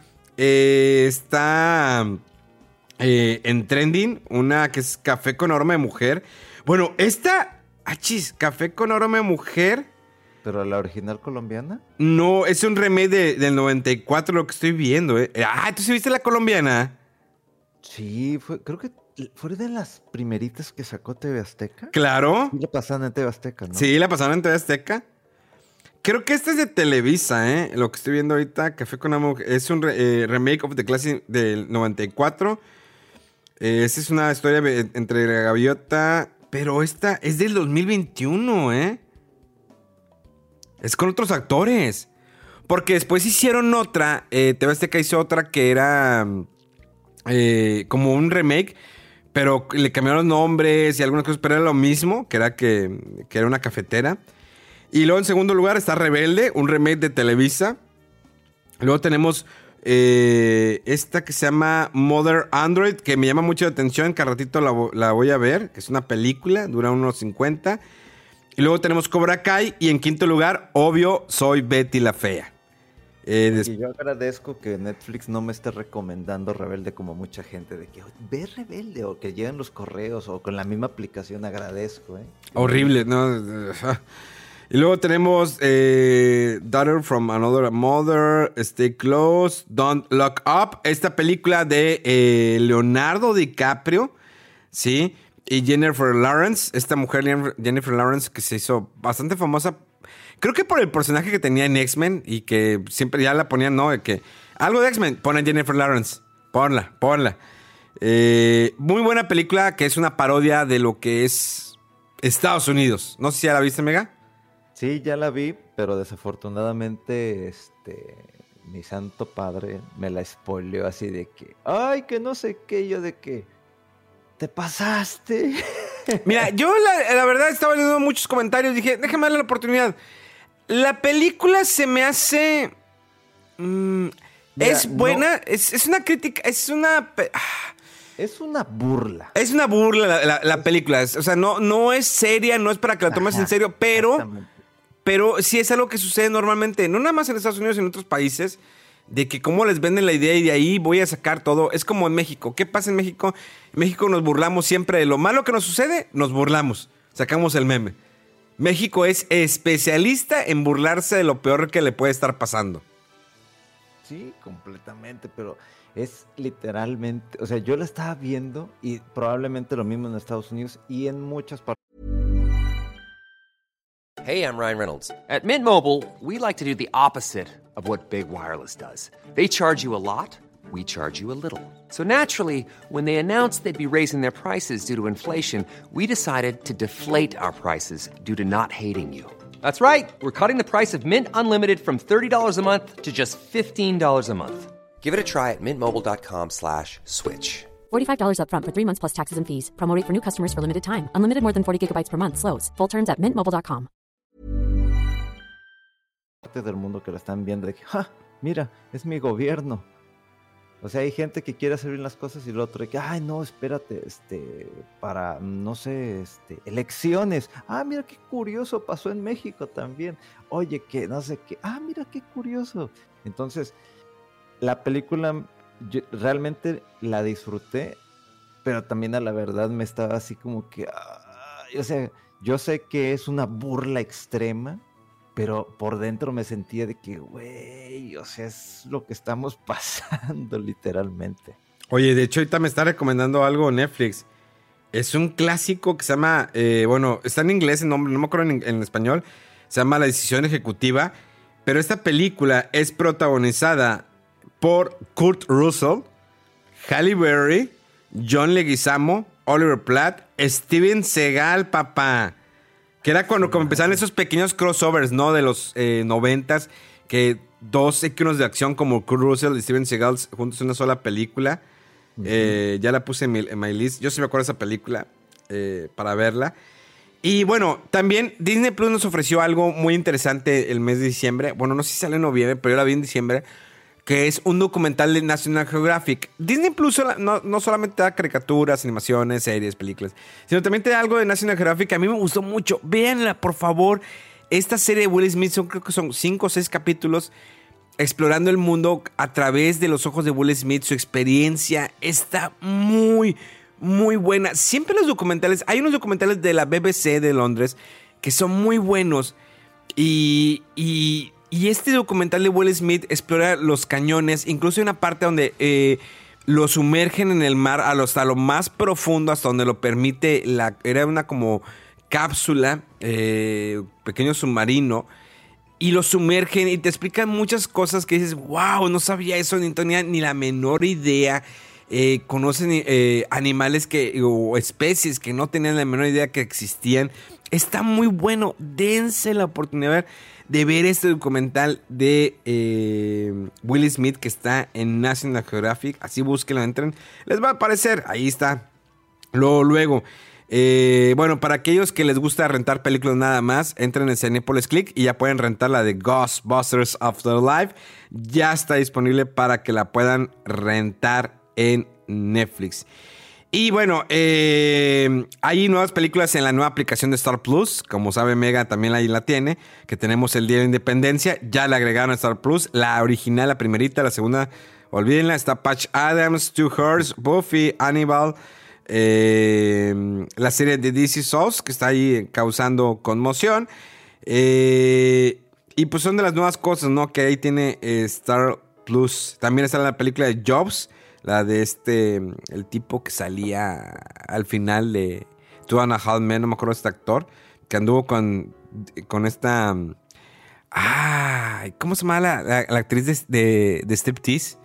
está en trending una que es Café con Aroma de Mujer. Bueno, Café con Aroma de Mujer. ¿Pero la original colombiana? No, es un remake del 94 lo que estoy viendo, ¿tú sí viste la colombiana? Sí, creo que fue de las primeritas que sacó TV Azteca. Claro. Sí, la pasaron en TV Azteca, ¿no? Sí, la pasaron en TV Azteca. Creo que este es de Televisa, lo que estoy viendo ahorita, Café con Amor, es un remake of the Classic del 94. Esta es una historia entre la gaviota, pero esta es del 2021, Es con otros actores. Porque después hicieron otra, TV Azteca hizo otra que era como un remake, pero le cambiaron los nombres y algunas cosas, pero era lo mismo, que era una cafetera. Y luego en segundo lugar está Rebelde, un remake de Televisa. Luego tenemos esta que se llama Mother Android, que me llama mucho la atención, que al ratito la voy a ver, que es una película, dura unos 50. Y luego tenemos Cobra Kai y en quinto lugar, obvio, Soy Betty la Fea. Y yo agradezco que Netflix no me esté recomendando Rebelde como mucha gente, de que ve Rebelde o que lleguen los correos o con la misma aplicación, agradezco. Horrible, ¿no? Y luego tenemos Daughter from Another Mother, Stay Close, Don't Look Up. Esta película de Leonardo DiCaprio, ¿sí? Y Jennifer Lawrence. Esta mujer, Jennifer Lawrence, que se hizo bastante famosa. Creo que por el personaje que tenía en X-Men y que siempre ya la ponían, ¿no? Que algo de X-Men, pon a Jennifer Lawrence. Ponla. Muy buena película que es una parodia de lo que es Estados Unidos. No sé si ya la viste, Mega. Sí, ya la vi, pero desafortunadamente mi santo padre me la spoileó así de que, ay, que no sé qué, yo de que te pasaste. Mira, yo la verdad estaba leyendo muchos comentarios, dije, déjame darle la oportunidad. La película se me hace... Mira, es buena, no, es una crítica, es una... es una burla. Es una burla la película, o sea, no es seria, no es para que la tomes en serio, pero sí es algo que sucede normalmente, no nada más en Estados Unidos, en otros países, de que cómo les venden la idea y de ahí voy a sacar todo. Es como en México. ¿Qué pasa en México? En México nos burlamos siempre de lo malo que nos sucede, nos burlamos. Sacamos el meme. México es especialista en burlarse de lo peor que le puede estar pasando. Sí, completamente, pero es literalmente, o sea, yo la estaba viendo y probablemente lo mismo en Estados Unidos y en muchas partes. Hey, I'm Ryan Reynolds. At Mint Mobile, we like to do the opposite of what Big Wireless does. They charge you a lot, we charge you a little. So naturally, when they announced they'd be raising their prices due to inflation, we decided to deflate our prices due to not hating you. That's right. We're cutting the price of Mint Unlimited from $30 a month to just $15 a month. Give it a try at mintmobile.com/switch. $45 up front for 3 months plus taxes and fees. Promo rate for new customers for limited time. Unlimited more than 40 gigabytes per month. Slows full terms at mintmobile.com. Del mundo que la están viendo de que, ¡ja! Mira, es mi gobierno. O sea, hay gente que quiere hacer bien las cosas y el otro de que, ay, no, espérate, para, no sé, elecciones. Ah, mira qué curioso, pasó en México también. Oye, que no sé qué. Ah, mira qué curioso. Entonces, la película, yo realmente la disfruté, pero también a la verdad me estaba así como que, o sea, yo sé que es una burla extrema, pero por dentro me sentía de que, güey, o sea, es lo que estamos pasando literalmente. Oye, de hecho ahorita me está recomendando algo Netflix. Es un clásico que se llama, bueno, está en inglés el nombre, no me acuerdo en español. Se llama La Decisión Ejecutiva. Pero esta película es protagonizada por Kurt Russell, Halle Berry, John Leguizamo, Oliver Platt, Steven Seagal, papá. Que era cuando empezaron esos pequeños crossovers, ¿no? De los 90s, que dos íconos de acción como Kurt Russell y Steven Seagal juntos en una sola película. Ya la puse en my list. Yo sí me acuerdo de esa película para verla. Y bueno, también Disney Plus nos ofreció algo muy interesante el mes de diciembre. Bueno, no sé si sale en noviembre, pero yo la vi en diciembre. Que es un documental de National Geographic. Disney Plus no solamente da caricaturas, animaciones, series, películas, sino también te da algo de National Geographic que a mí me gustó mucho. Véanla, por favor. Esta serie de Will Smith creo que son 5 o 6 capítulos explorando el mundo a través de los ojos de Will Smith. Su experiencia está muy, muy buena. Siempre los documentales, hay unos documentales de la BBC de Londres que son muy buenos y este documental de Will Smith explora los cañones. Incluso hay una parte donde lo sumergen en el mar hasta lo más profundo, hasta donde lo permite. Era una como cápsula, pequeño submarino. Y lo sumergen y te explican muchas cosas que dices, wow, no sabía eso, ni tenía ni la menor idea. Conocen animales o especies que no tenían la menor idea que existían. Está muy bueno. Dense la oportunidad de ver este documental de Will Smith que está en National Geographic. Así búsquenlo, entren. Les va a aparecer. Ahí está. Luego. Bueno, para aquellos que les gusta rentar películas nada más, entren en Cinépolis Click y ya pueden rentar la de Ghostbusters Afterlife. Ya está disponible para que la puedan rentar en Netflix. Y bueno, hay nuevas películas en la nueva aplicación de Star Plus. Como sabe Mega, también ahí la tiene. Que tenemos el Día de la Independencia. Ya le agregaron a Star Plus. La original, la primerita, la segunda, olvídenla. Está Patch Adams, Two Hearts, Buffy, Hannibal. La serie de DC Souls, que está ahí causando conmoción. Y pues son de las nuevas cosas, ¿no? Que ahí tiene Star Plus. También está la película de Jobs, la de el tipo que salía al final de Two and a Half Men, no me acuerdo de este actor, que anduvo con esta... ¿cómo se llama la actriz de Striptease?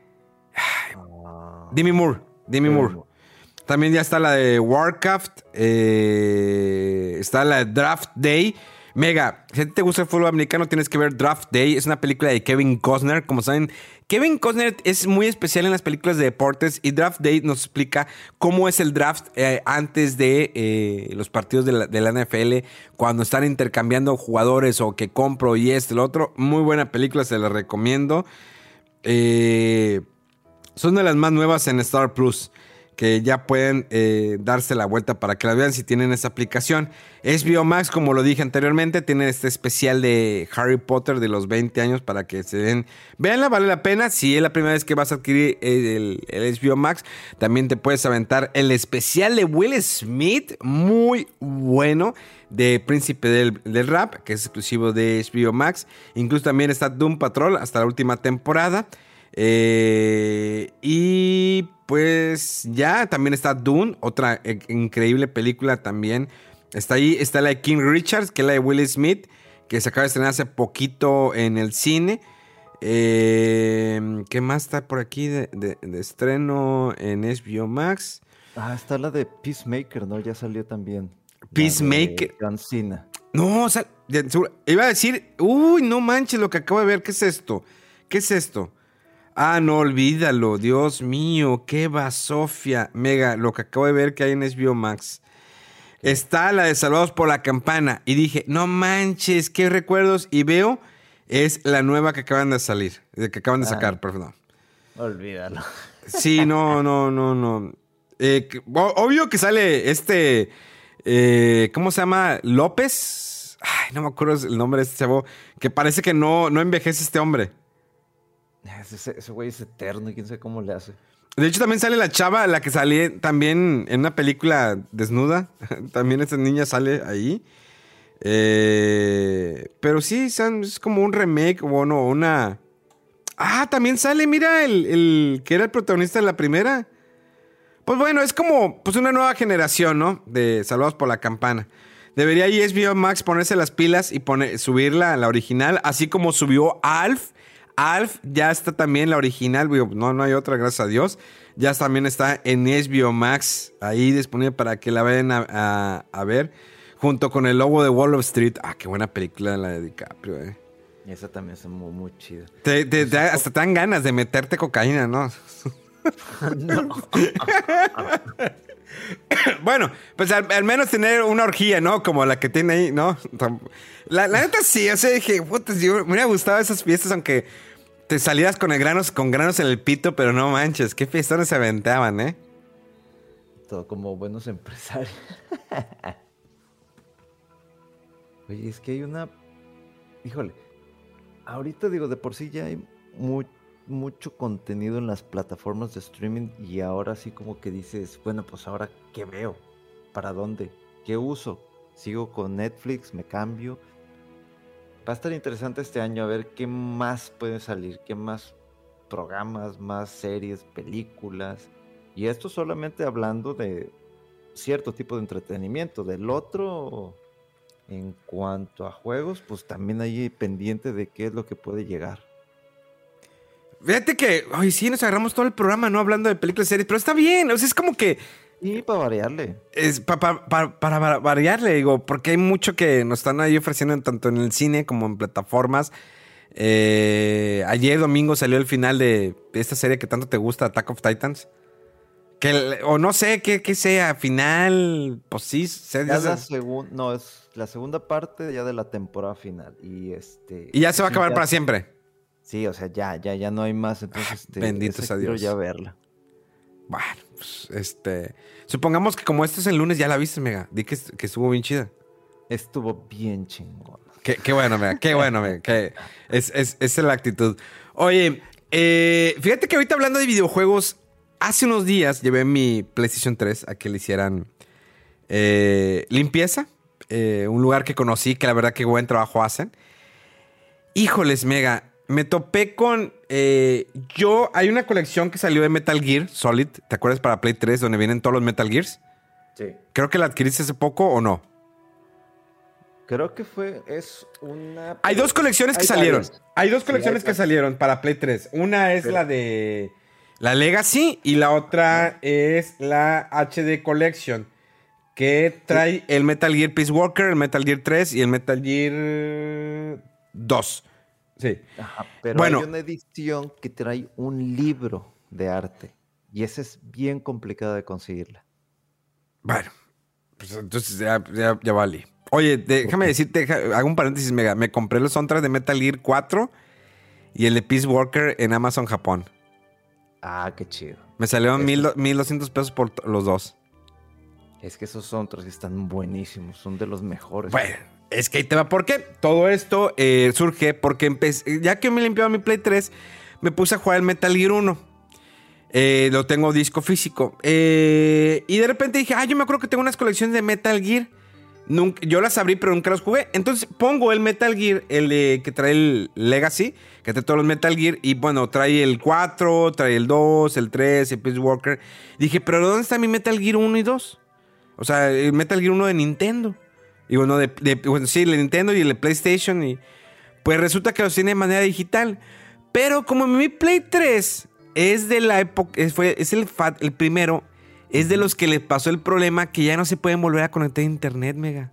Demi Moore. También ya está la de Warcraft. Está la de Draft Day. Mega, si a ti te gusta el fútbol americano, tienes que ver Draft Day. Es una película de Kevin Costner. Como saben, Kevin Costner es muy especial en las películas de deportes. Y Draft Day nos explica cómo es el draft antes de los partidos de la NFL. Cuando están intercambiando jugadores o que compro y el otro. Muy buena película, se la recomiendo. Son de las más nuevas en Star Plus, que ya pueden darse la vuelta para que la vean si tienen esa aplicación. HBO Max, como lo dije anteriormente, tiene este especial de Harry Potter de los 20 años para que se den. Véanla, vale la pena. Si es la primera vez que vas a adquirir el HBO Max, también te puedes aventar el especial de Will Smith, muy bueno, de Príncipe del Rap, que es exclusivo de HBO Max. Incluso también está Doom Patrol hasta la última temporada. Y pues ya también está Dune, otra increíble película también. Está ahí, está la de King Richards, que es la de Will Smith, que se acaba de estrenar hace poquito en el cine. ¿Qué más está por aquí de estreno en HBO Max? Está la de Peacemaker, ¿no? Ya salió también. Peacemaker. John Cena. No, o sea, iba a decir, uy, no manches lo que acabo de ver, ¿qué es esto? ¿Qué es esto? No, olvídalo, Dios mío, qué basofia. Mega, lo que acabo de ver que hay en HBO Max. Está la de Salvados por la Campana. Y dije, no manches, qué recuerdos. Y veo, es la nueva que acaban de salir, que acaban de sacar, perdón. Olvídalo. Sí, no. Obvio que sale ¿cómo se llama? ¿López? Ay, no me acuerdo el nombre de este chavo. Que parece que no envejece este hombre. Ese güey es eterno y quién sabe cómo le hace. De hecho, también sale la chava, la que salía también en una película desnuda. También esa niña sale ahí. Pero sí, es como un remake, bueno, una... también sale, mira, el que era el protagonista de la primera. Pues bueno, es como pues una nueva generación, ¿no? De Salvados por la Campana. Debería ahí HBO Max ponerse las pilas y subirla a la original, así como subió Alf. Alf ya está también la original, no hay otra, gracias a Dios. Ya también está en HBO Max, ahí disponible para que la vayan a ver. Junto con el lobo de Wall of Street. Qué buena película la de DiCaprio, Y esa también es muy, muy chida. Hasta te dan ganas de meterte cocaína, ¿no? No. Bueno, pues al menos tener una orgía, ¿no? Como la que tiene ahí, ¿no? La neta sí, o sea, dije, puta, me hubiera gustado esas fiestas, aunque te salieras con granos en el pito, pero no manches, qué fiestones se aventaban, ¿eh? Todo como buenos empresarios. Oye, es que hay una... Híjole, ahorita digo, de por sí ya hay mucho contenido en las plataformas de streaming y ahora sí como que dices, bueno, pues ahora ¿qué veo? ¿Para dónde? ¿Qué uso? ¿Sigo con Netflix? ¿Me cambio? Va a estar interesante este año a ver qué más puede salir, qué más programas, más series, películas. Y esto solamente hablando de cierto tipo de entretenimiento. Del otro, en cuanto a juegos, pues también hay pendiente de qué es lo que puede llegar. Fíjate que, sí, nos agarramos todo el programa, ¿no? Hablando de películas y series, pero está bien, o sea, es como que... Y para variarle. Es para variarle, digo, porque hay mucho que nos están ahí ofreciendo tanto en el cine como en plataformas. Ayer domingo salió el final de esta serie que tanto te gusta, Attack of Titans. O no sé qué sea, final, pues sí. Es la segunda parte ya de la temporada final. Y ya se va a acabar para siempre. Sí, o sea, ya no hay más, entonces bendito sea Dios. Quiero ya verla. Bueno, pues, supongamos que como este es el lunes, ya la viste, Mega. Di que estuvo bien chida. Estuvo bien chingón. Qué bueno, Mega, qué bueno, Mega. Es la actitud. Oye, fíjate que ahorita hablando de videojuegos, hace unos días llevé mi PlayStation 3 a que le hicieran limpieza. un lugar que conocí, que la verdad que buen trabajo hacen. Híjoles, Mega, me topé con... hay una colección que salió de Metal Gear Solid, ¿te acuerdas? Para Play 3, donde vienen todos los Metal Gears. Sí. Creo que la adquiriste hace poco, ¿o no? Creo que es una... Hay dos colecciones que salieron. varias. Hay dos colecciones hay que salieron para Play 3. Una es la de la Legacy y la otra es la HD Collection, que trae el Metal Gear Peace Walker, el Metal Gear 3 y el Metal Gear 2. Sí. Ajá, pero Bueno. hay una edición que trae un libro de arte y esa es bien complicada de conseguirla. Bueno, pues entonces ya vale. Oye, déjame decirte, hago un paréntesis, Mega. Me compré los soundtracks de Metal Gear 4 y el de Peace Walker en Amazon Japón. Ah, qué chido. Me salieron 1,200 pesos por los dos. Es que esos soundtracks están buenísimos, son de los mejores. Bueno, es que ahí te va. ¿Por qué? Todo esto surge porque ya que me limpiaba mi Play 3, me puse a jugar el Metal Gear 1. Lo tengo disco físico. Y de repente dije, yo me acuerdo que tengo unas colecciones de Metal Gear. Yo las abrí, pero nunca las jugué. Entonces pongo el Metal Gear, que trae el Legacy, que trae todos los Metal Gear. Y bueno, trae el 4, trae el 2, el 3, el Peace Walker. Dije, ¿pero dónde está mi Metal Gear 1 y 2? O sea, el Metal Gear 1 de Nintendo. Y bueno, sí, el de Nintendo y el de PlayStation. Y pues resulta que los tiene de manera digital. Pero como mi Play 3 es de la época, es el primero, es de los que le pasó el problema que ya no se pueden volver a conectar a internet, Mega.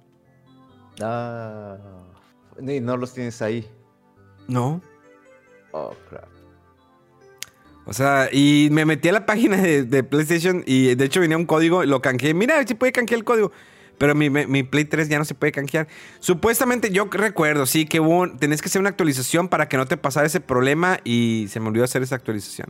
Ah, y no los tienes ahí. No. Oh, crap. O sea, y me metí a la página de PlayStation y de hecho venía un código, lo canjeé. Mira, a ver si puede canjear el código. Pero mi Play 3 ya no se puede canjear. Supuestamente, yo recuerdo, sí, que tenés que hacer una actualización para que no te pasara ese problema y se me olvidó hacer esa actualización.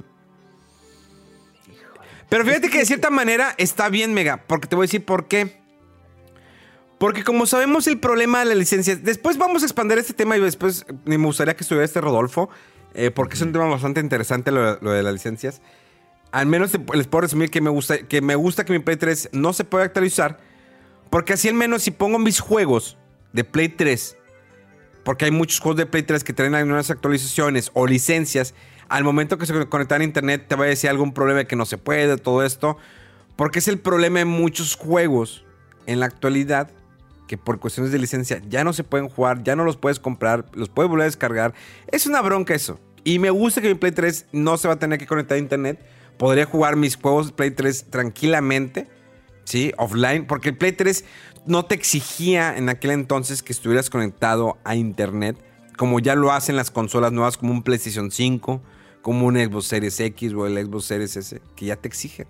Pero fíjate que de cierta manera está bien, Mega, porque te voy a decir por qué. Porque como sabemos el problema de la licencia, después vamos a expandir este tema y después me gustaría que estuviera Rodolfo, porque es un tema bastante interesante lo de las licencias. Al menos les puedo resumir que me gusta que mi Play 3 no se puede actualizar, porque así al menos si pongo mis juegos de Play 3, porque hay muchos juegos de Play 3 que traen algunas actualizaciones o licencias, al momento que se conectan a internet te va a decir algún problema de que no se puede, todo esto, porque es el problema de muchos juegos en la actualidad, que por cuestiones de licencia ya no se pueden jugar, ya no los puedes comprar, los puedes volver a descargar. Es una bronca eso. Y me gusta que mi Play 3 no se va a tener que conectar a internet. Podría jugar mis juegos de Play 3 tranquilamente, ¿sí? Offline, porque el Play 3 no te exigía en aquel entonces que estuvieras conectado a internet, como ya lo hacen las consolas nuevas, como un PlayStation 5, como un Xbox Series X o el Xbox Series S, que ya te exigen.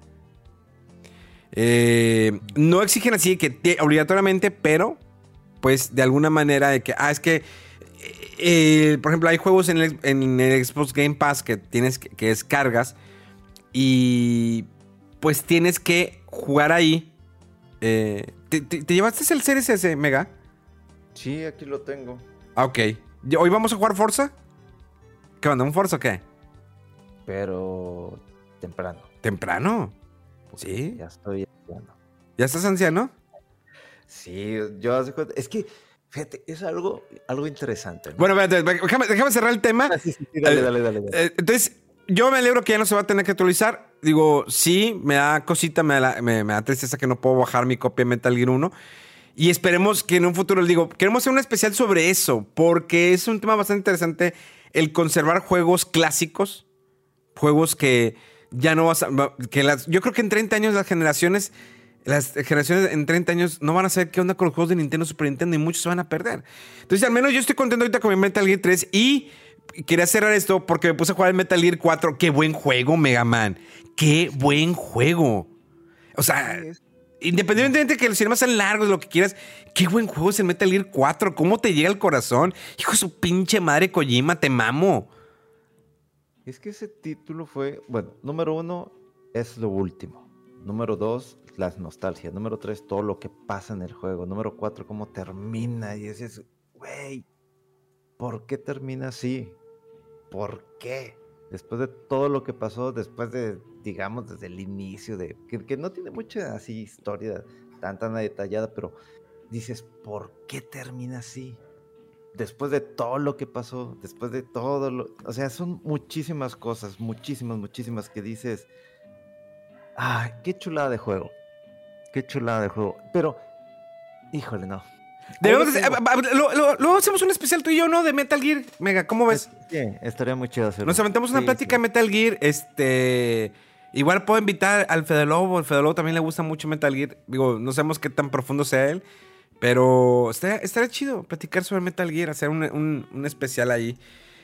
No exigen así que obligatoriamente, pero pues de alguna manera de que es que por ejemplo hay juegos en el Xbox Game Pass que tienes que descargas y pues tienes que jugar ahí. ¿Te llevaste el Series S, Mega? Sí, aquí lo tengo. Ok. ¿Hoy vamos a jugar Forza? ¿Qué onda? ¿Un Forza o qué? Pero temprano. ¿Temprano? Sí. Ya estoy anciano. ¿Ya estás anciano? Sí, yo hace cuenta. Es que, fíjate, es algo interesante, ¿no? Bueno, déjame cerrar el tema. Sí, dale. Entonces, yo me alegro que ya no se va a tener que actualizar. Digo, sí, me da cosita, me da tristeza que no puedo bajar mi copia de Metal Gear 1. Y esperemos que en un futuro, queremos hacer un especial sobre eso, porque es un tema bastante interesante el conservar juegos clásicos, juegos que ya no vas a... yo creo que en 30 años las generaciones en 30 años no van a saber qué onda con los juegos de Nintendo, Super Nintendo y muchos se van a perder. Entonces, al menos yo estoy contento ahorita con mi Metal Gear 3 y quería cerrar esto porque me puse a jugar el Metal Gear 4. ¡Qué buen juego, Mega Man! ¡Qué buen juego! O sea, independientemente de que los cinemas sean largos, lo que quieras, qué buen juego es el Metal Gear 4. ¿Cómo te llega al corazón? Hijo de su pinche madre, Kojima, te mamo. Es que ese título fue, bueno, número 1 es lo último. Número 2, las nostalgias. Número 3, todo lo que pasa en el juego. Número 4, cómo termina. Y dices, güey, ¿por qué termina así? ¿Por qué? Después de todo lo que pasó, después de, digamos, desde el inicio, que no tiene mucha así historia tan detallada, pero dices, ¿por qué termina así? Después de todo lo que pasó, después de todo o sea, son muchísimas cosas, muchísimas que dices, ¡ay, qué chulada de juego! ¡Qué chulada de juego! Pero, híjole, no. Luego hacemos un especial tú y yo, ¿no? De Metal Gear. Mega, ¿cómo ves? Sí, estaría muy chido hacerlo. Nos aventamos una plática de Metal Gear. Igual puedo invitar al Fede Lobo. Al Fede Lobo también le gusta mucho Metal Gear. Digo, no sabemos qué tan profundo sea él. Pero estaría chido platicar sobre Metal Gear. Hacer un especial ahí.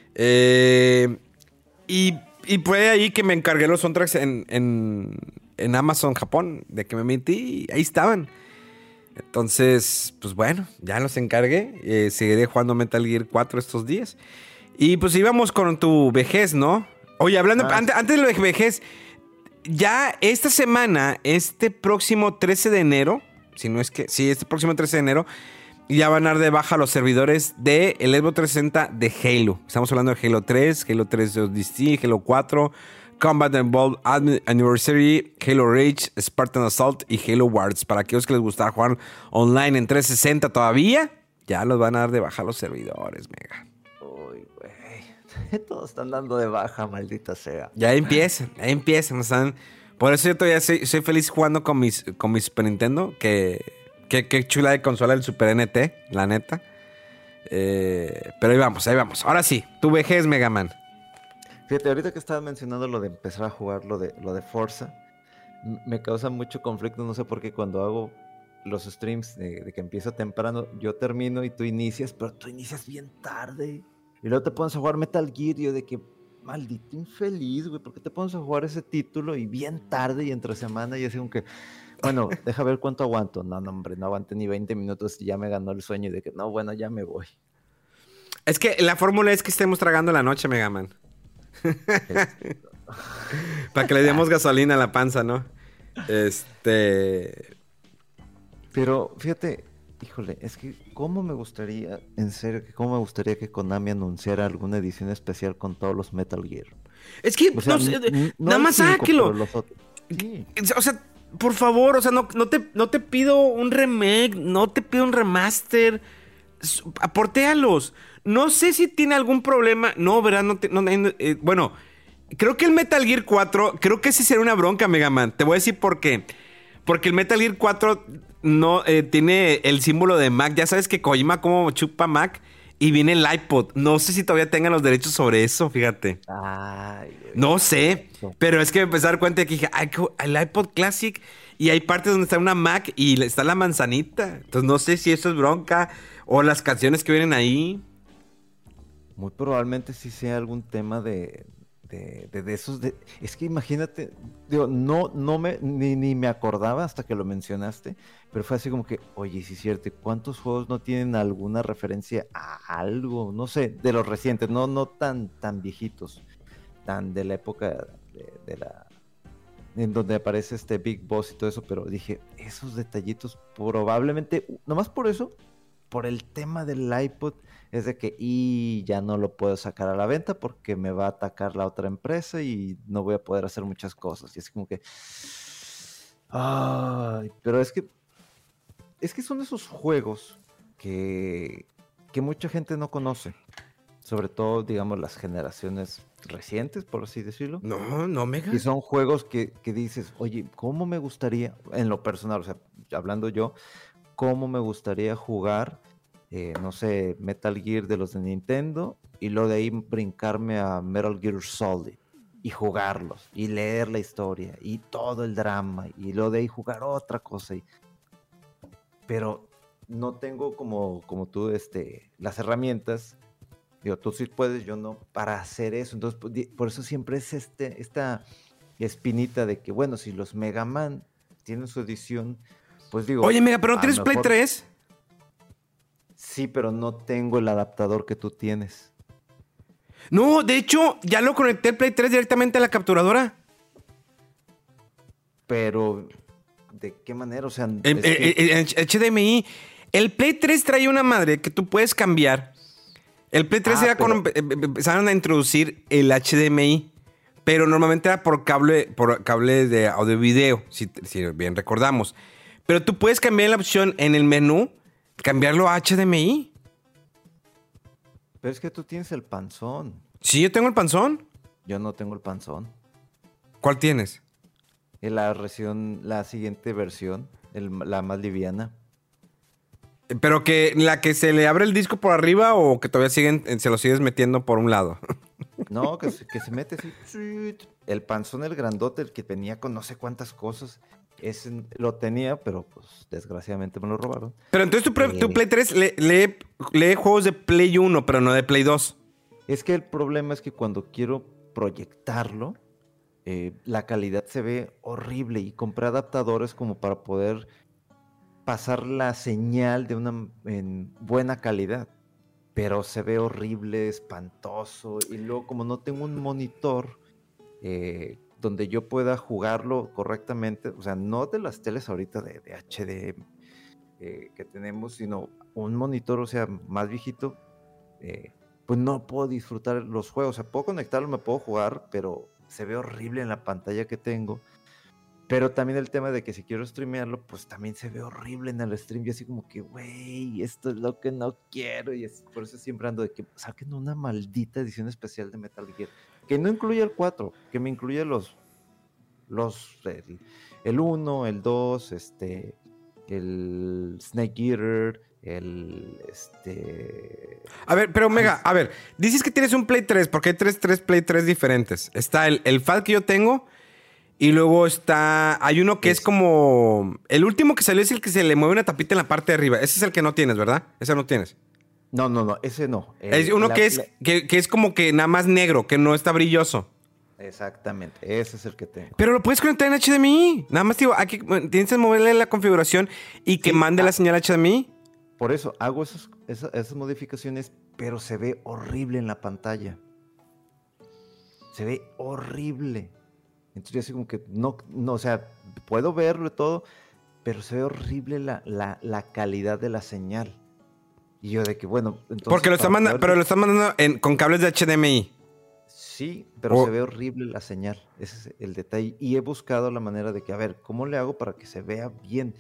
Y fue ahí que me encargué los soundtracks en Amazon Japón. De que me metí y ahí estaban. Entonces, pues bueno, ya los encargué. Seguiré jugando Metal Gear 4 estos días. Y pues íbamos con tu vejez, ¿no? Oye, hablando, antes de lo de vejez, ya esta semana, este próximo 13 de enero, este próximo 13 de enero, ya van a dar de baja los servidores de el Xbox 360 de Halo. Estamos hablando de Halo 3, Halo 3 ODST, Halo 4, Combat Evolved Anniversary, Halo Reach, Spartan Assault y Halo Wars. Para aquellos que les gustaba jugar online en 360 todavía, ya los van a dar de baja los servidores, Mega. Uy, güey. Todos están dando de baja, maldita sea. Ya empiezan. Están... Por eso yo todavía soy feliz jugando con mi Super Nintendo. Qué chula de consola el Super NT, la neta. Pero ahí vamos. Ahora sí, tu vejez, Mega Man. Fíjate, ahorita que estabas mencionando lo de empezar a jugar lo de Forza, me causa mucho conflicto, no sé por qué cuando hago los streams de que empiezo temprano, yo termino y tú inicias, pero tú inicias bien tarde. Y luego te pones a jugar Metal Gear y yo de que, maldito infeliz, güey, ¿por qué te pones a jugar ese título y bien tarde y entre semana? Y así como que, bueno, deja ver cuánto aguanto. No, hombre, no aguanté ni 20 minutos y ya me ganó el sueño y de que, no, bueno, ya me voy. Es que la fórmula es que estemos tragando la noche, Mega Man. Para que le demos gasolina a la panza, ¿no? Pero fíjate, híjole, es que cómo me gustaría, en serio, cómo me gustaría que Konami anunciara alguna edición especial con todos los Metal Gear. Es que, o sea, nada más sáquelo. Sí. O sea, por favor, o sea, no te pido un remake, no te pido un remaster. Portéalos. No sé si tiene algún problema. No, ¿verdad? Bueno, creo que el Metal Gear 4, creo que ese sería una bronca, Mega Man. Te voy a decir por qué. Porque el Metal Gear 4 no tiene el símbolo de Mac. Ya sabes que Kojima como chupa Mac y viene el iPod. No sé si todavía tengan los derechos sobre eso, fíjate. Ay, no sé, pero es que me empecé a dar cuenta de que dije, el iPod Classic y hay partes donde está una Mac y está la manzanita. Entonces no sé si eso es bronca o las canciones que vienen ahí. Muy probablemente sí sea algún tema de esos. Es que imagínate, digo, ni me acordaba hasta que lo mencionaste, pero fue así como que, oye, sí es cierto, ¿cuántos juegos no tienen alguna referencia a algo? No sé, de los recientes, no tan viejitos, tan de la época de la... en donde aparece este Big Boss y todo eso, pero dije, esos detallitos probablemente, nomás por eso, por el tema del iPod, es de que ya no lo puedo sacar a la venta porque me va a atacar la otra empresa y no voy a poder hacer muchas cosas. Y es como que... Ay, pero es que son esos juegos que mucha gente no conoce. Sobre todo, digamos, las generaciones recientes, por así decirlo. No, Mega. Y son juegos que dices, oye, ¿cómo me gustaría, en lo personal, o sea, hablando yo, cómo me gustaría jugar... no sé, Metal Gear de los de Nintendo y luego de ahí brincarme a Metal Gear Solid y jugarlos y leer la historia y todo el drama y luego de ahí jugar otra cosa pero no tengo como tú las herramientas, digo, tú sí puedes, yo no, para hacer eso. Entonces por eso siempre es esta espinita de que bueno, si los Mega Man tienen su edición, pues digo, oye, Mega, pero ¿no tienes Play 3? Sí, pero no tengo el adaptador que tú tienes. No, de hecho, ya lo conecté el Play 3 directamente a la capturadora. Pero, ¿de qué manera? O sea, en HDMI. El Play 3 trae una madre que tú puedes cambiar. El Play 3 era cuando empezaron a introducir el HDMI. Pero normalmente era por cable de audio y video, si bien recordamos. Pero tú puedes cambiar la opción en el menú cambiarlo a HDMI. Pero es que tú tienes el panzón. Sí, yo tengo el panzón. Yo no tengo el panzón. ¿Cuál tienes? La siguiente versión, la más liviana. ¿Pero que la que se le abre el disco por arriba o que todavía se lo sigues metiendo por un lado? No, que se mete así. El panzón, el grandote, el que venía con no sé cuántas cosas. Ese lo tenía, pero pues desgraciadamente me lo robaron. Pero entonces tu Play 3 lee juegos de Play 1, pero no de Play 2. Es que el problema es que cuando quiero proyectarlo, la calidad se ve horrible y compré adaptadores como para poder pasar la señal en buena calidad. Pero se ve horrible, espantoso. Y luego como no tengo un monitor donde yo pueda jugarlo correctamente, o sea, no de las teles ahorita de HD que tenemos, sino un monitor, o sea, más viejito, pues no puedo disfrutar los juegos. O sea, puedo conectarlo, me puedo jugar, pero se ve horrible en la pantalla que tengo. Pero también el tema de que si quiero streamearlo, pues también se ve horrible en el stream. Y así como que, güey, esto es lo que no quiero. Y por eso siempre ando de que saquen una maldita edición especial de Metal Gear. Que no incluya el 4, que me incluya el 1, el 2, el Snake Eater, A ver, pero Mega, a ver, dices que tienes un Play 3, porque hay tres Play 3 diferentes. Está el FAT que yo tengo, y luego hay uno que es como... El último que salió es el que se le mueve una tapita en la parte de arriba. Ese es el que no tienes, ¿verdad? Ese no tienes. No, ese no. Es uno que es como que nada más negro, que no está brilloso. Exactamente, ese es el que tengo. Pero lo puedes conectar en HDMI. Nada más, digo, tienes que moverle la configuración y que mande la señal HDMI. Por eso hago esas modificaciones, pero se ve horrible en la pantalla. Se ve horrible. Entonces yo así como que no, o sea, puedo verlo y todo, pero se ve horrible la calidad de la señal. Y yo de que, bueno, entonces... Porque lo están mandando con cables de HDMI. Sí, pero se ve horrible la señal. Ese es el detalle. Y he buscado la manera de que, a ver, ¿cómo le hago para que se vea bien?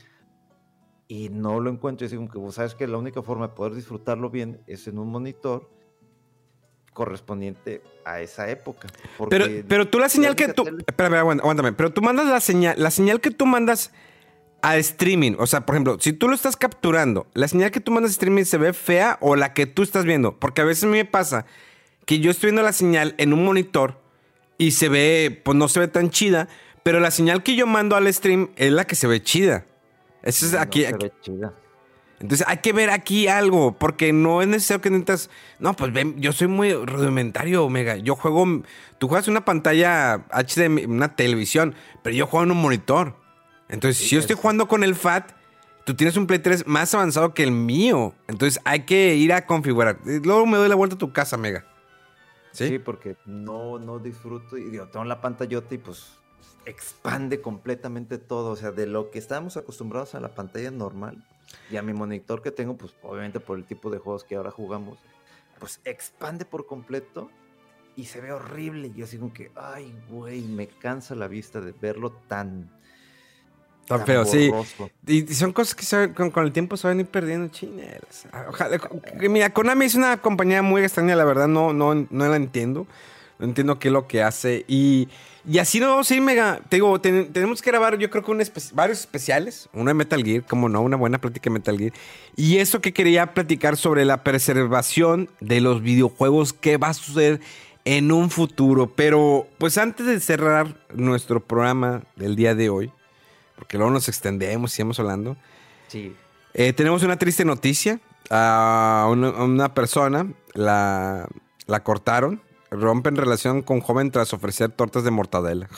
Y no lo encuentro. Y así como que, vos sabes que la única forma de poder disfrutarlo bien es en un monitor correspondiente a esa época. Pero tú la señal que tú... Espérame, aguántame. Pero tú mandas la señal que tú mandas a streaming. O sea, por ejemplo, si tú lo estás capturando, ¿la señal que tú mandas a streaming se ve fea o la que tú estás viendo? Porque a veces a mí me pasa que yo estoy viendo la señal en un monitor y se ve, pues no se ve tan chida, pero la señal que yo mando al stream es la que se ve chida. Eso es aquí. Se ve chida. Entonces hay que ver aquí algo, porque no es necesario que necesitas... No, pues ven, yo soy muy rudimentario, Omega. Tú juegas en una pantalla HDMI, una televisión, pero yo juego en un monitor. Entonces, si yo estoy jugando con el FAT, tú tienes un Play 3 más avanzado que el mío. Entonces hay que ir a configurar. Luego me doy la vuelta a tu casa, Mega. Sí, porque no disfruto. Y digo, tengo la pantallota y pues expande completamente todo. O sea, de lo que estábamos acostumbrados a la pantalla normal y a mi monitor que tengo, pues obviamente por el tipo de juegos que ahora jugamos, pues expande por completo y se ve horrible. Y yo así como que, ay, güey, me cansa la vista de verlo tan feo, borroso. Sí. Y son cosas que con el tiempo se van a ir perdiendo, chineras. Ojalá. Mira, Konami es una compañía muy extraña, la verdad, no la entiendo. No entiendo qué es lo que hace. Y así nos vamos a ir, Mega. Te digo, tenemos que grabar, yo creo que varios especiales. Uno de Metal Gear, como no, una buena plática de Metal Gear. Y eso que quería platicar sobre la preservación de los videojuegos, qué va a suceder en un futuro. Pero, pues antes de cerrar nuestro programa del día de hoy, porque luego nos extendemos y seguimos hablando. Sí. Tenemos una triste noticia. A una persona la cortaron. Rompen relación con joven tras ofrecer tortas de mortadela.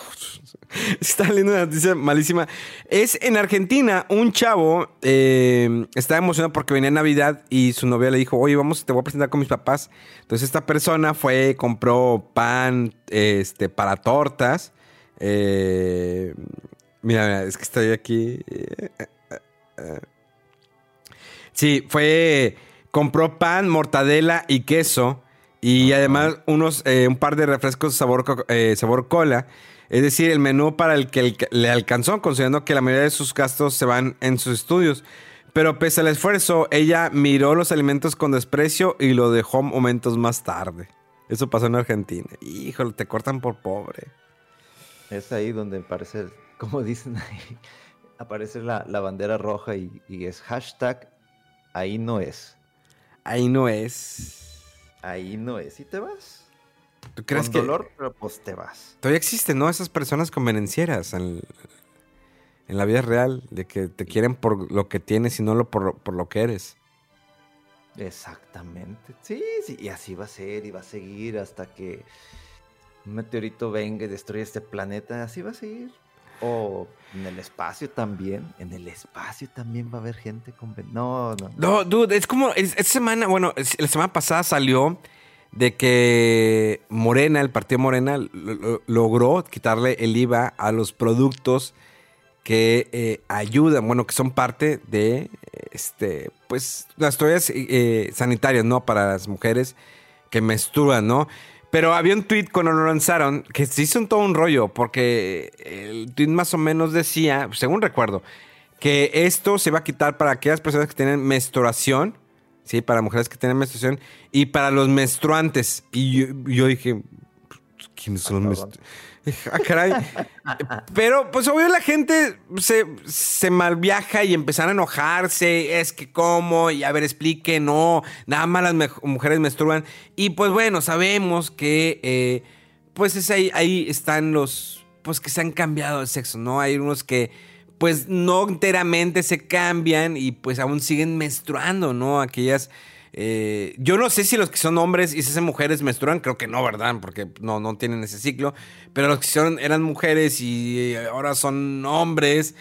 Está leyendo una noticia malísima. Es en Argentina, un chavo estaba emocionado porque venía Navidad y su novia le dijo, oye, te voy a presentar con mis papás. Entonces esta persona compró pan para tortas. Mira, es que estoy aquí. Sí, compró pan, mortadela y queso. Y además un par de refrescos sabor cola. Es decir, el menú para el que le alcanzó, considerando que la mayoría de sus gastos se van en sus estudios. Pero pese al esfuerzo, ella miró los alimentos con desprecio y lo dejó momentos más tarde. Eso pasó en Argentina. Híjole, te cortan por pobre. Es ahí donde aparece, como dicen ahí, aparece la bandera roja y es hashtag ahí no es. Ahí no es. Ahí no es. ¿Y te vas? ¿Tú crees con que dolor, pero pues te vas. todavía existen, ¿no? Esas personas convenencieras en la vida real, de que te quieren por lo que tienes y no por lo que eres. Exactamente. Sí, y así va a ser y va a seguir hasta que un meteorito venga y destruya este planeta. Así va a seguir. O en el espacio también. En el espacio también va a haber gente No. No, dude, es como esta semana, bueno, la semana pasada salió de que Morena, el partido Morena, logró quitarle el IVA a los productos que ayudan, bueno, que son parte de, pues, las toallas sanitarias, ¿no? Para las mujeres que menstruan, ¿no? Pero había un tweet cuando lo lanzaron que se hizo todo un rollo, porque el tweet más o menos decía, según recuerdo, que esto se va a quitar para aquellas personas que tienen menstruación, ¿sí? Para mujeres que tienen menstruación y para los menstruantes. Y yo dije, ¿quiénes son los menstruantes? Ah, caray. Pero pues obvio la gente se malviaja y empezaron a enojarse. Es que cómo, y a ver, explique, no, nada más las mujeres menstruan. Y pues bueno, sabemos que pues es ahí están los, pues que se han cambiado de sexo, ¿no? Hay unos que pues no enteramente se cambian y pues aún siguen menstruando, ¿no? Aquellas... yo no sé si los que son hombres y si son mujeres menstruan, creo que no, ¿verdad? Porque no tienen ese ciclo. Pero los que eran mujeres y ahora son hombres,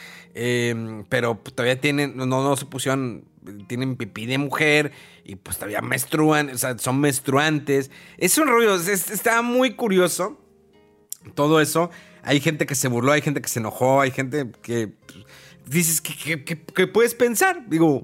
pero todavía tienen, no se pusieron, tienen pipí de mujer y pues todavía menstruan, o sea, son menstruantes. Es un rollo, está muy curioso todo eso. Hay gente que se burló, hay gente que se enojó, hay gente que pues, dices que puedes pensar, digo...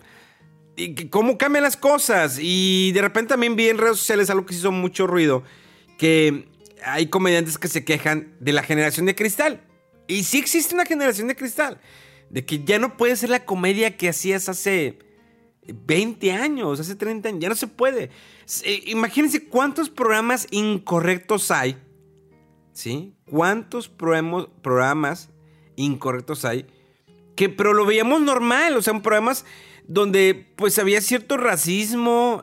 Y cómo cambian las cosas. Y de repente también vi en redes sociales algo que se hizo mucho ruido, que hay comediantes que se quejan de la generación de cristal. Y sí existe una generación de cristal, de que ya no puede ser la comedia que hacías hace 20 años, hace 30 años. Ya no se puede. Imagínense cuántos programas incorrectos hay, ¿sí? Cuántos programas incorrectos hay, pero lo veíamos normal. O sea, programas donde pues había cierto racismo.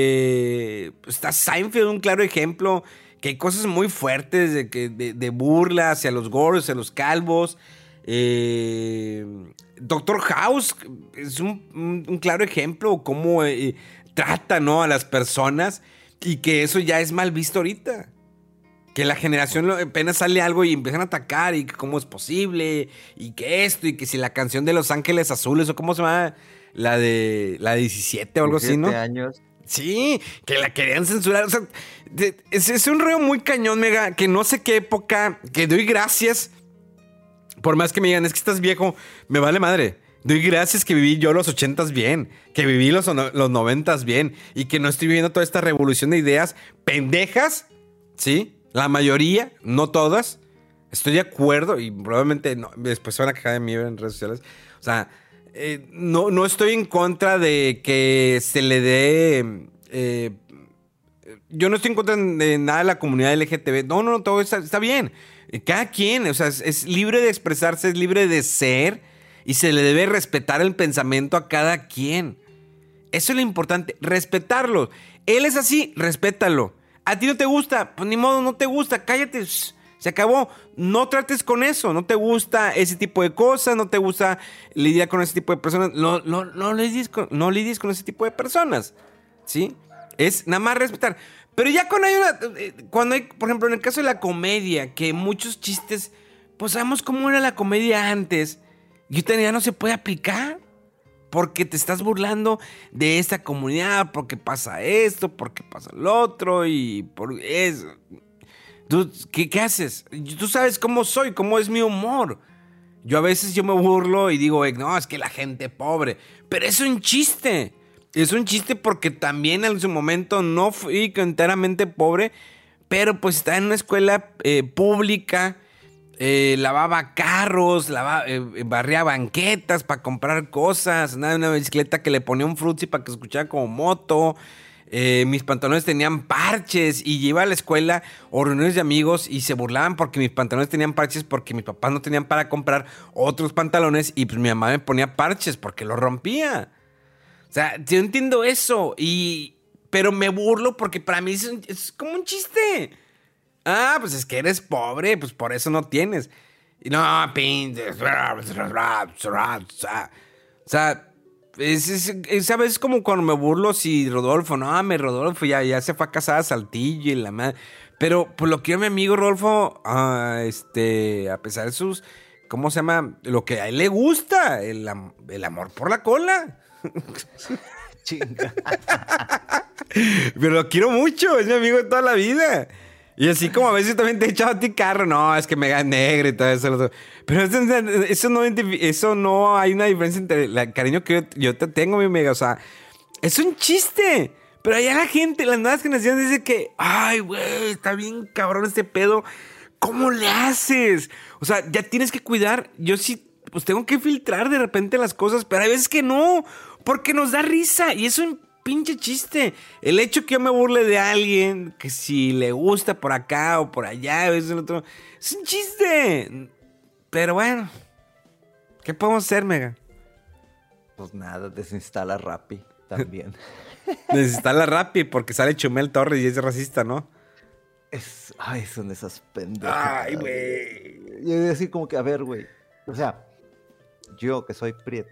Está Seinfeld, un claro ejemplo, que hay cosas muy fuertes de burla hacia los gordos, hacia los calvos. Doctor House es un claro ejemplo cómo trata, ¿no? a las personas, y que eso ya es mal visto ahorita. Que la generación apenas sale algo y empiezan a atacar, y que cómo es posible, y que esto, y que si la canción de Los Ángeles Azules, o cómo se llama... La de 17 o algo así, ¿no? 17 años. Sí, que la querían censurar. O sea, es un reo muy cañón, Mega, que no sé qué época, que doy gracias. Por más que me digan, es que estás viejo, me vale madre. Doy gracias que viví yo los 80s bien, que viví los 90s bien, y que no estoy viviendo toda esta revolución de ideas pendejas, ¿sí? La mayoría, no todas. Estoy de acuerdo, y probablemente no, después se van a quejar de mí en redes sociales. O sea... no estoy en contra de que se le dé... yo no estoy en contra de nada de la comunidad LGTB. No, todo está bien. Cada quien, o sea, es libre de expresarse, es libre de ser, y se le debe respetar el pensamiento a cada quien. Eso es lo importante, respetarlo. Él es así, respétalo. ¿A ti no te gusta? Pues ni modo, no te gusta, cállate. Se acabó. No trates con eso. No te gusta ese tipo de cosas. No te gusta lidiar con ese tipo de personas. No lidies con ese tipo de personas. ¿Sí? Es nada más respetar. Pero ya cuando hay, por ejemplo, en el caso de la comedia, que muchos chistes, pues sabemos cómo era la comedia antes. Y ahorita ya no se puede aplicar. Porque te estás burlando de esta comunidad. Porque pasa esto. Porque pasa lo otro. Y por eso... ¿Tú qué haces? Tú sabes cómo soy, cómo es mi humor. Yo a veces me burlo y digo, no, es que la gente pobre. Pero es un chiste. Es un chiste porque también en su momento no fui enteramente pobre, pero pues estaba en una escuela pública lavaba carros, barría banquetas para comprar cosas, andaba en una bicicleta que le ponía un frutzi para que escuchara como moto. Mis pantalones tenían parches y iba a la escuela o reuniones de amigos y se burlaban porque mis pantalones tenían parches porque mis papás no tenían para comprar otros pantalones y pues mi mamá me ponía parches porque los rompía. O sea, yo entiendo eso, pero me burlo porque para mí es como un chiste. Ah, pues es que eres pobre, pues por eso no tienes. Y no, pinche. O sea, ¿sabes? Como cuando me burlo si Rodolfo, Rodolfo ya se fue a casar a Saltillo y la madre. Pero por lo que yo, mi amigo Rodolfo, a pesar de sus, ¿cómo se llama? Lo que a él le gusta, el amor por la cola. Chinga. Pero lo quiero mucho, es mi amigo de toda la vida. Y así como a veces también te he echado a ti carro, no, es que me gana negro y todo eso. Pero eso no hay una diferencia entre el cariño que yo te tengo, mi amiga. O sea, es un chiste. Pero allá la gente, las nuevas generaciones dicen que, ay, güey, está bien cabrón este pedo. ¿Cómo le haces? O sea, ya tienes que cuidar. Yo sí, pues tengo que filtrar de repente las cosas, pero hay veces que no, porque nos da risa. Y eso es pinche chiste. El hecho que yo me burle de alguien, que si le gusta por acá o por allá, es un chiste. Pero bueno, ¿qué podemos hacer, Mega? Pues nada, desinstala Rappi también. Desinstala Rappi porque sale Chumel Torres y es racista, ¿no? Son esas pendejas. Ay, güey. Y así como que, a ver, güey. O sea, yo que soy prieto,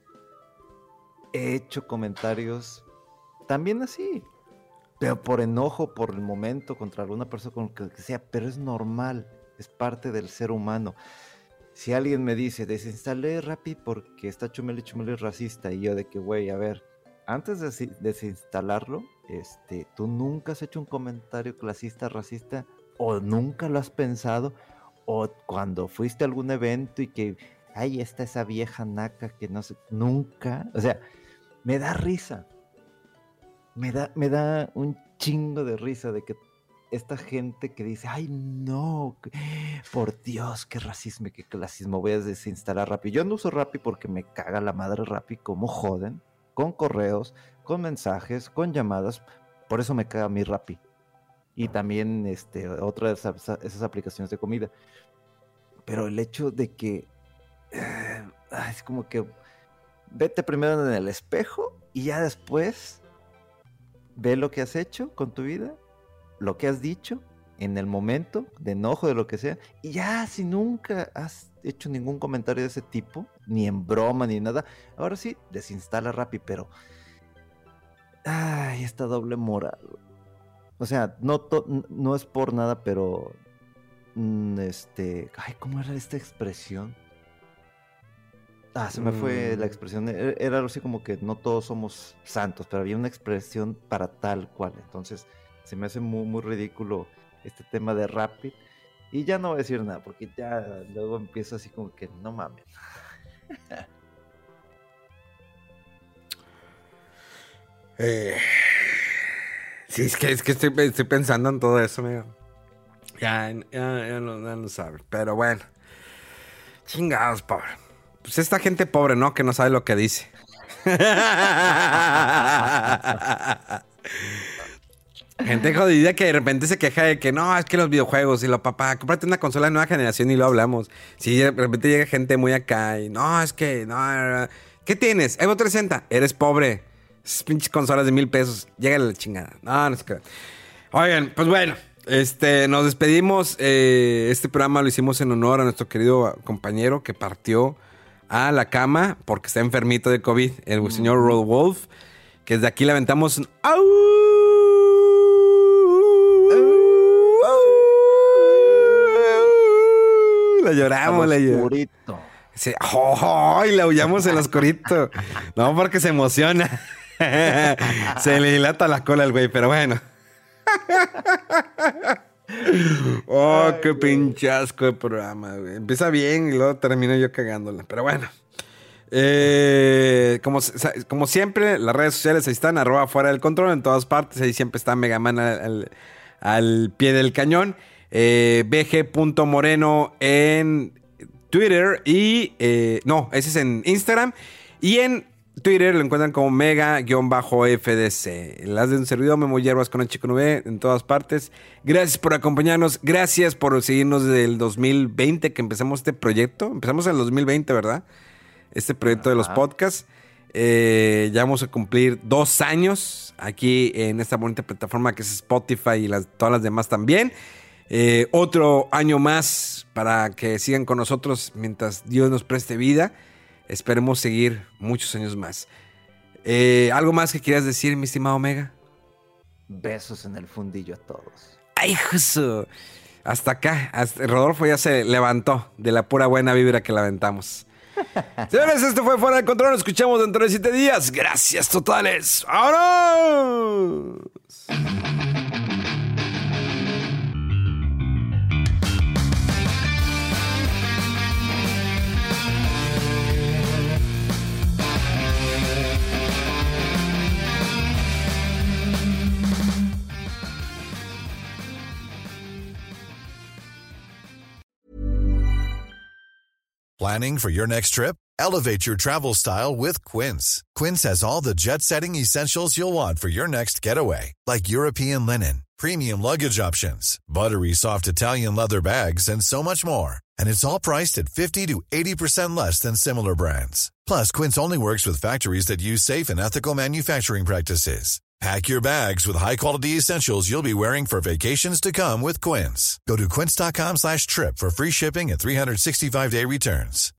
he hecho comentarios también así, pero por enojo, por el momento, contra alguna persona, con lo que sea, pero es normal, es parte del ser humano. Si alguien me dice, desinstalé Rappi porque está Chumel y Chumel es racista, y yo de que, güey, a ver, antes de desinstalarlo, tú nunca has hecho un comentario clasista, racista, o nunca lo has pensado, o cuando fuiste a algún evento y que, ay, está esa vieja naca que no sé, nunca, o sea, me da risa. Me da un chingo de risa de que esta gente que dice, ay no, por Dios, qué racismo y qué clasismo, voy a desinstalar Rappi. Yo no uso Rappi porque me caga la madre Rappi, como joden, con correos, con mensajes, con llamadas, por eso me caga mi Rappi. Y también otra de esas aplicaciones de comida. Pero el hecho de que es como que vete primero en el espejo y ya después ve lo que has hecho con tu vida, lo que has dicho en el momento de enojo, de lo que sea, y ya si nunca has hecho ningún comentario de ese tipo, ni en broma, ni nada, ahora sí, desinstala Rappi, pero esta doble moral. O sea, no es por nada, pero ¿cómo era esta expresión? Se me fue la expresión. Era algo así como que no todos somos santos, pero había una expresión para tal cual. Entonces se me hace muy, muy ridículo este tema de Rappi. Y ya no voy a decir nada, porque ya luego empiezo así como que no mames. Sí, es que estoy pensando en todo eso, amigo. Ya no sabes. Pero bueno. Chingados, pobre. Pues esta gente pobre, ¿no? Que no sabe lo que dice. Gente jodida que de repente se queja de que no, es que los videojuegos y lo papá, cómprate una consola de nueva generación y lo hablamos. Sí, de repente llega gente muy acá y no, es que no. ¿Qué tienes? Evo 360. Eres pobre. Esas pinches consolas de $1,000. Llégale a la chingada. No se crean. Oigan, pues bueno. Nos despedimos. Este programa lo hicimos en honor a nuestro querido compañero que partió a la cama porque está enfermito de COVID, el señor Road Wolf, que desde aquí le aventamos un ¡au! La lloramos, la lloramos. Sí. Y le aullamos el oscurito. No, porque se emociona. Se le dilata la cola al güey, pero bueno. Qué pinche asco de programa, güey. Empieza bien y luego termino yo cagándola. Pero bueno. Como siempre, las redes sociales ahí están, @fuera del control en todas partes. Ahí siempre está Megaman al pie del cañón. bg.moreno en Twitter y... no, ese es en Instagram. Y en Twitter lo encuentran como mega-fdc. Las de un servidor, Memo Hierbas con H con V en todas partes. Gracias por acompañarnos. Gracias por seguirnos desde el 2020 que empezamos este proyecto. Empezamos en el 2020, ¿verdad? Este proyecto de los podcasts. Ya vamos a cumplir 2 años aquí en esta bonita plataforma que es Spotify y todas las demás también. Otro año más para que sigan con nosotros mientras Dios nos preste vida. Esperemos seguir muchos años más. ¿Algo más que quieras decir, mi estimado Omega? Besos en el fundillo a todos. ¡Ay, Jesús! Hasta acá. Rodolfo ya se levantó de la pura buena vibra que le aventamos. Señores, esto fue Fuera de Control. Nos escuchamos dentro de 7 días. Gracias totales. ¡Vámonos! Planning for your next trip? Elevate your travel style with Quince. Quince has all the jet-setting essentials you'll want for your next getaway, like European linen, premium luggage options, buttery soft Italian leather bags, and so much more. And it's all priced at 50 to 80% less than similar brands. Plus, Quince only works with factories that use safe and ethical manufacturing practices. Pack your bags with high-quality essentials you'll be wearing for vacations to come with Quince. Go to quince.com/trip for free shipping and 365-day returns.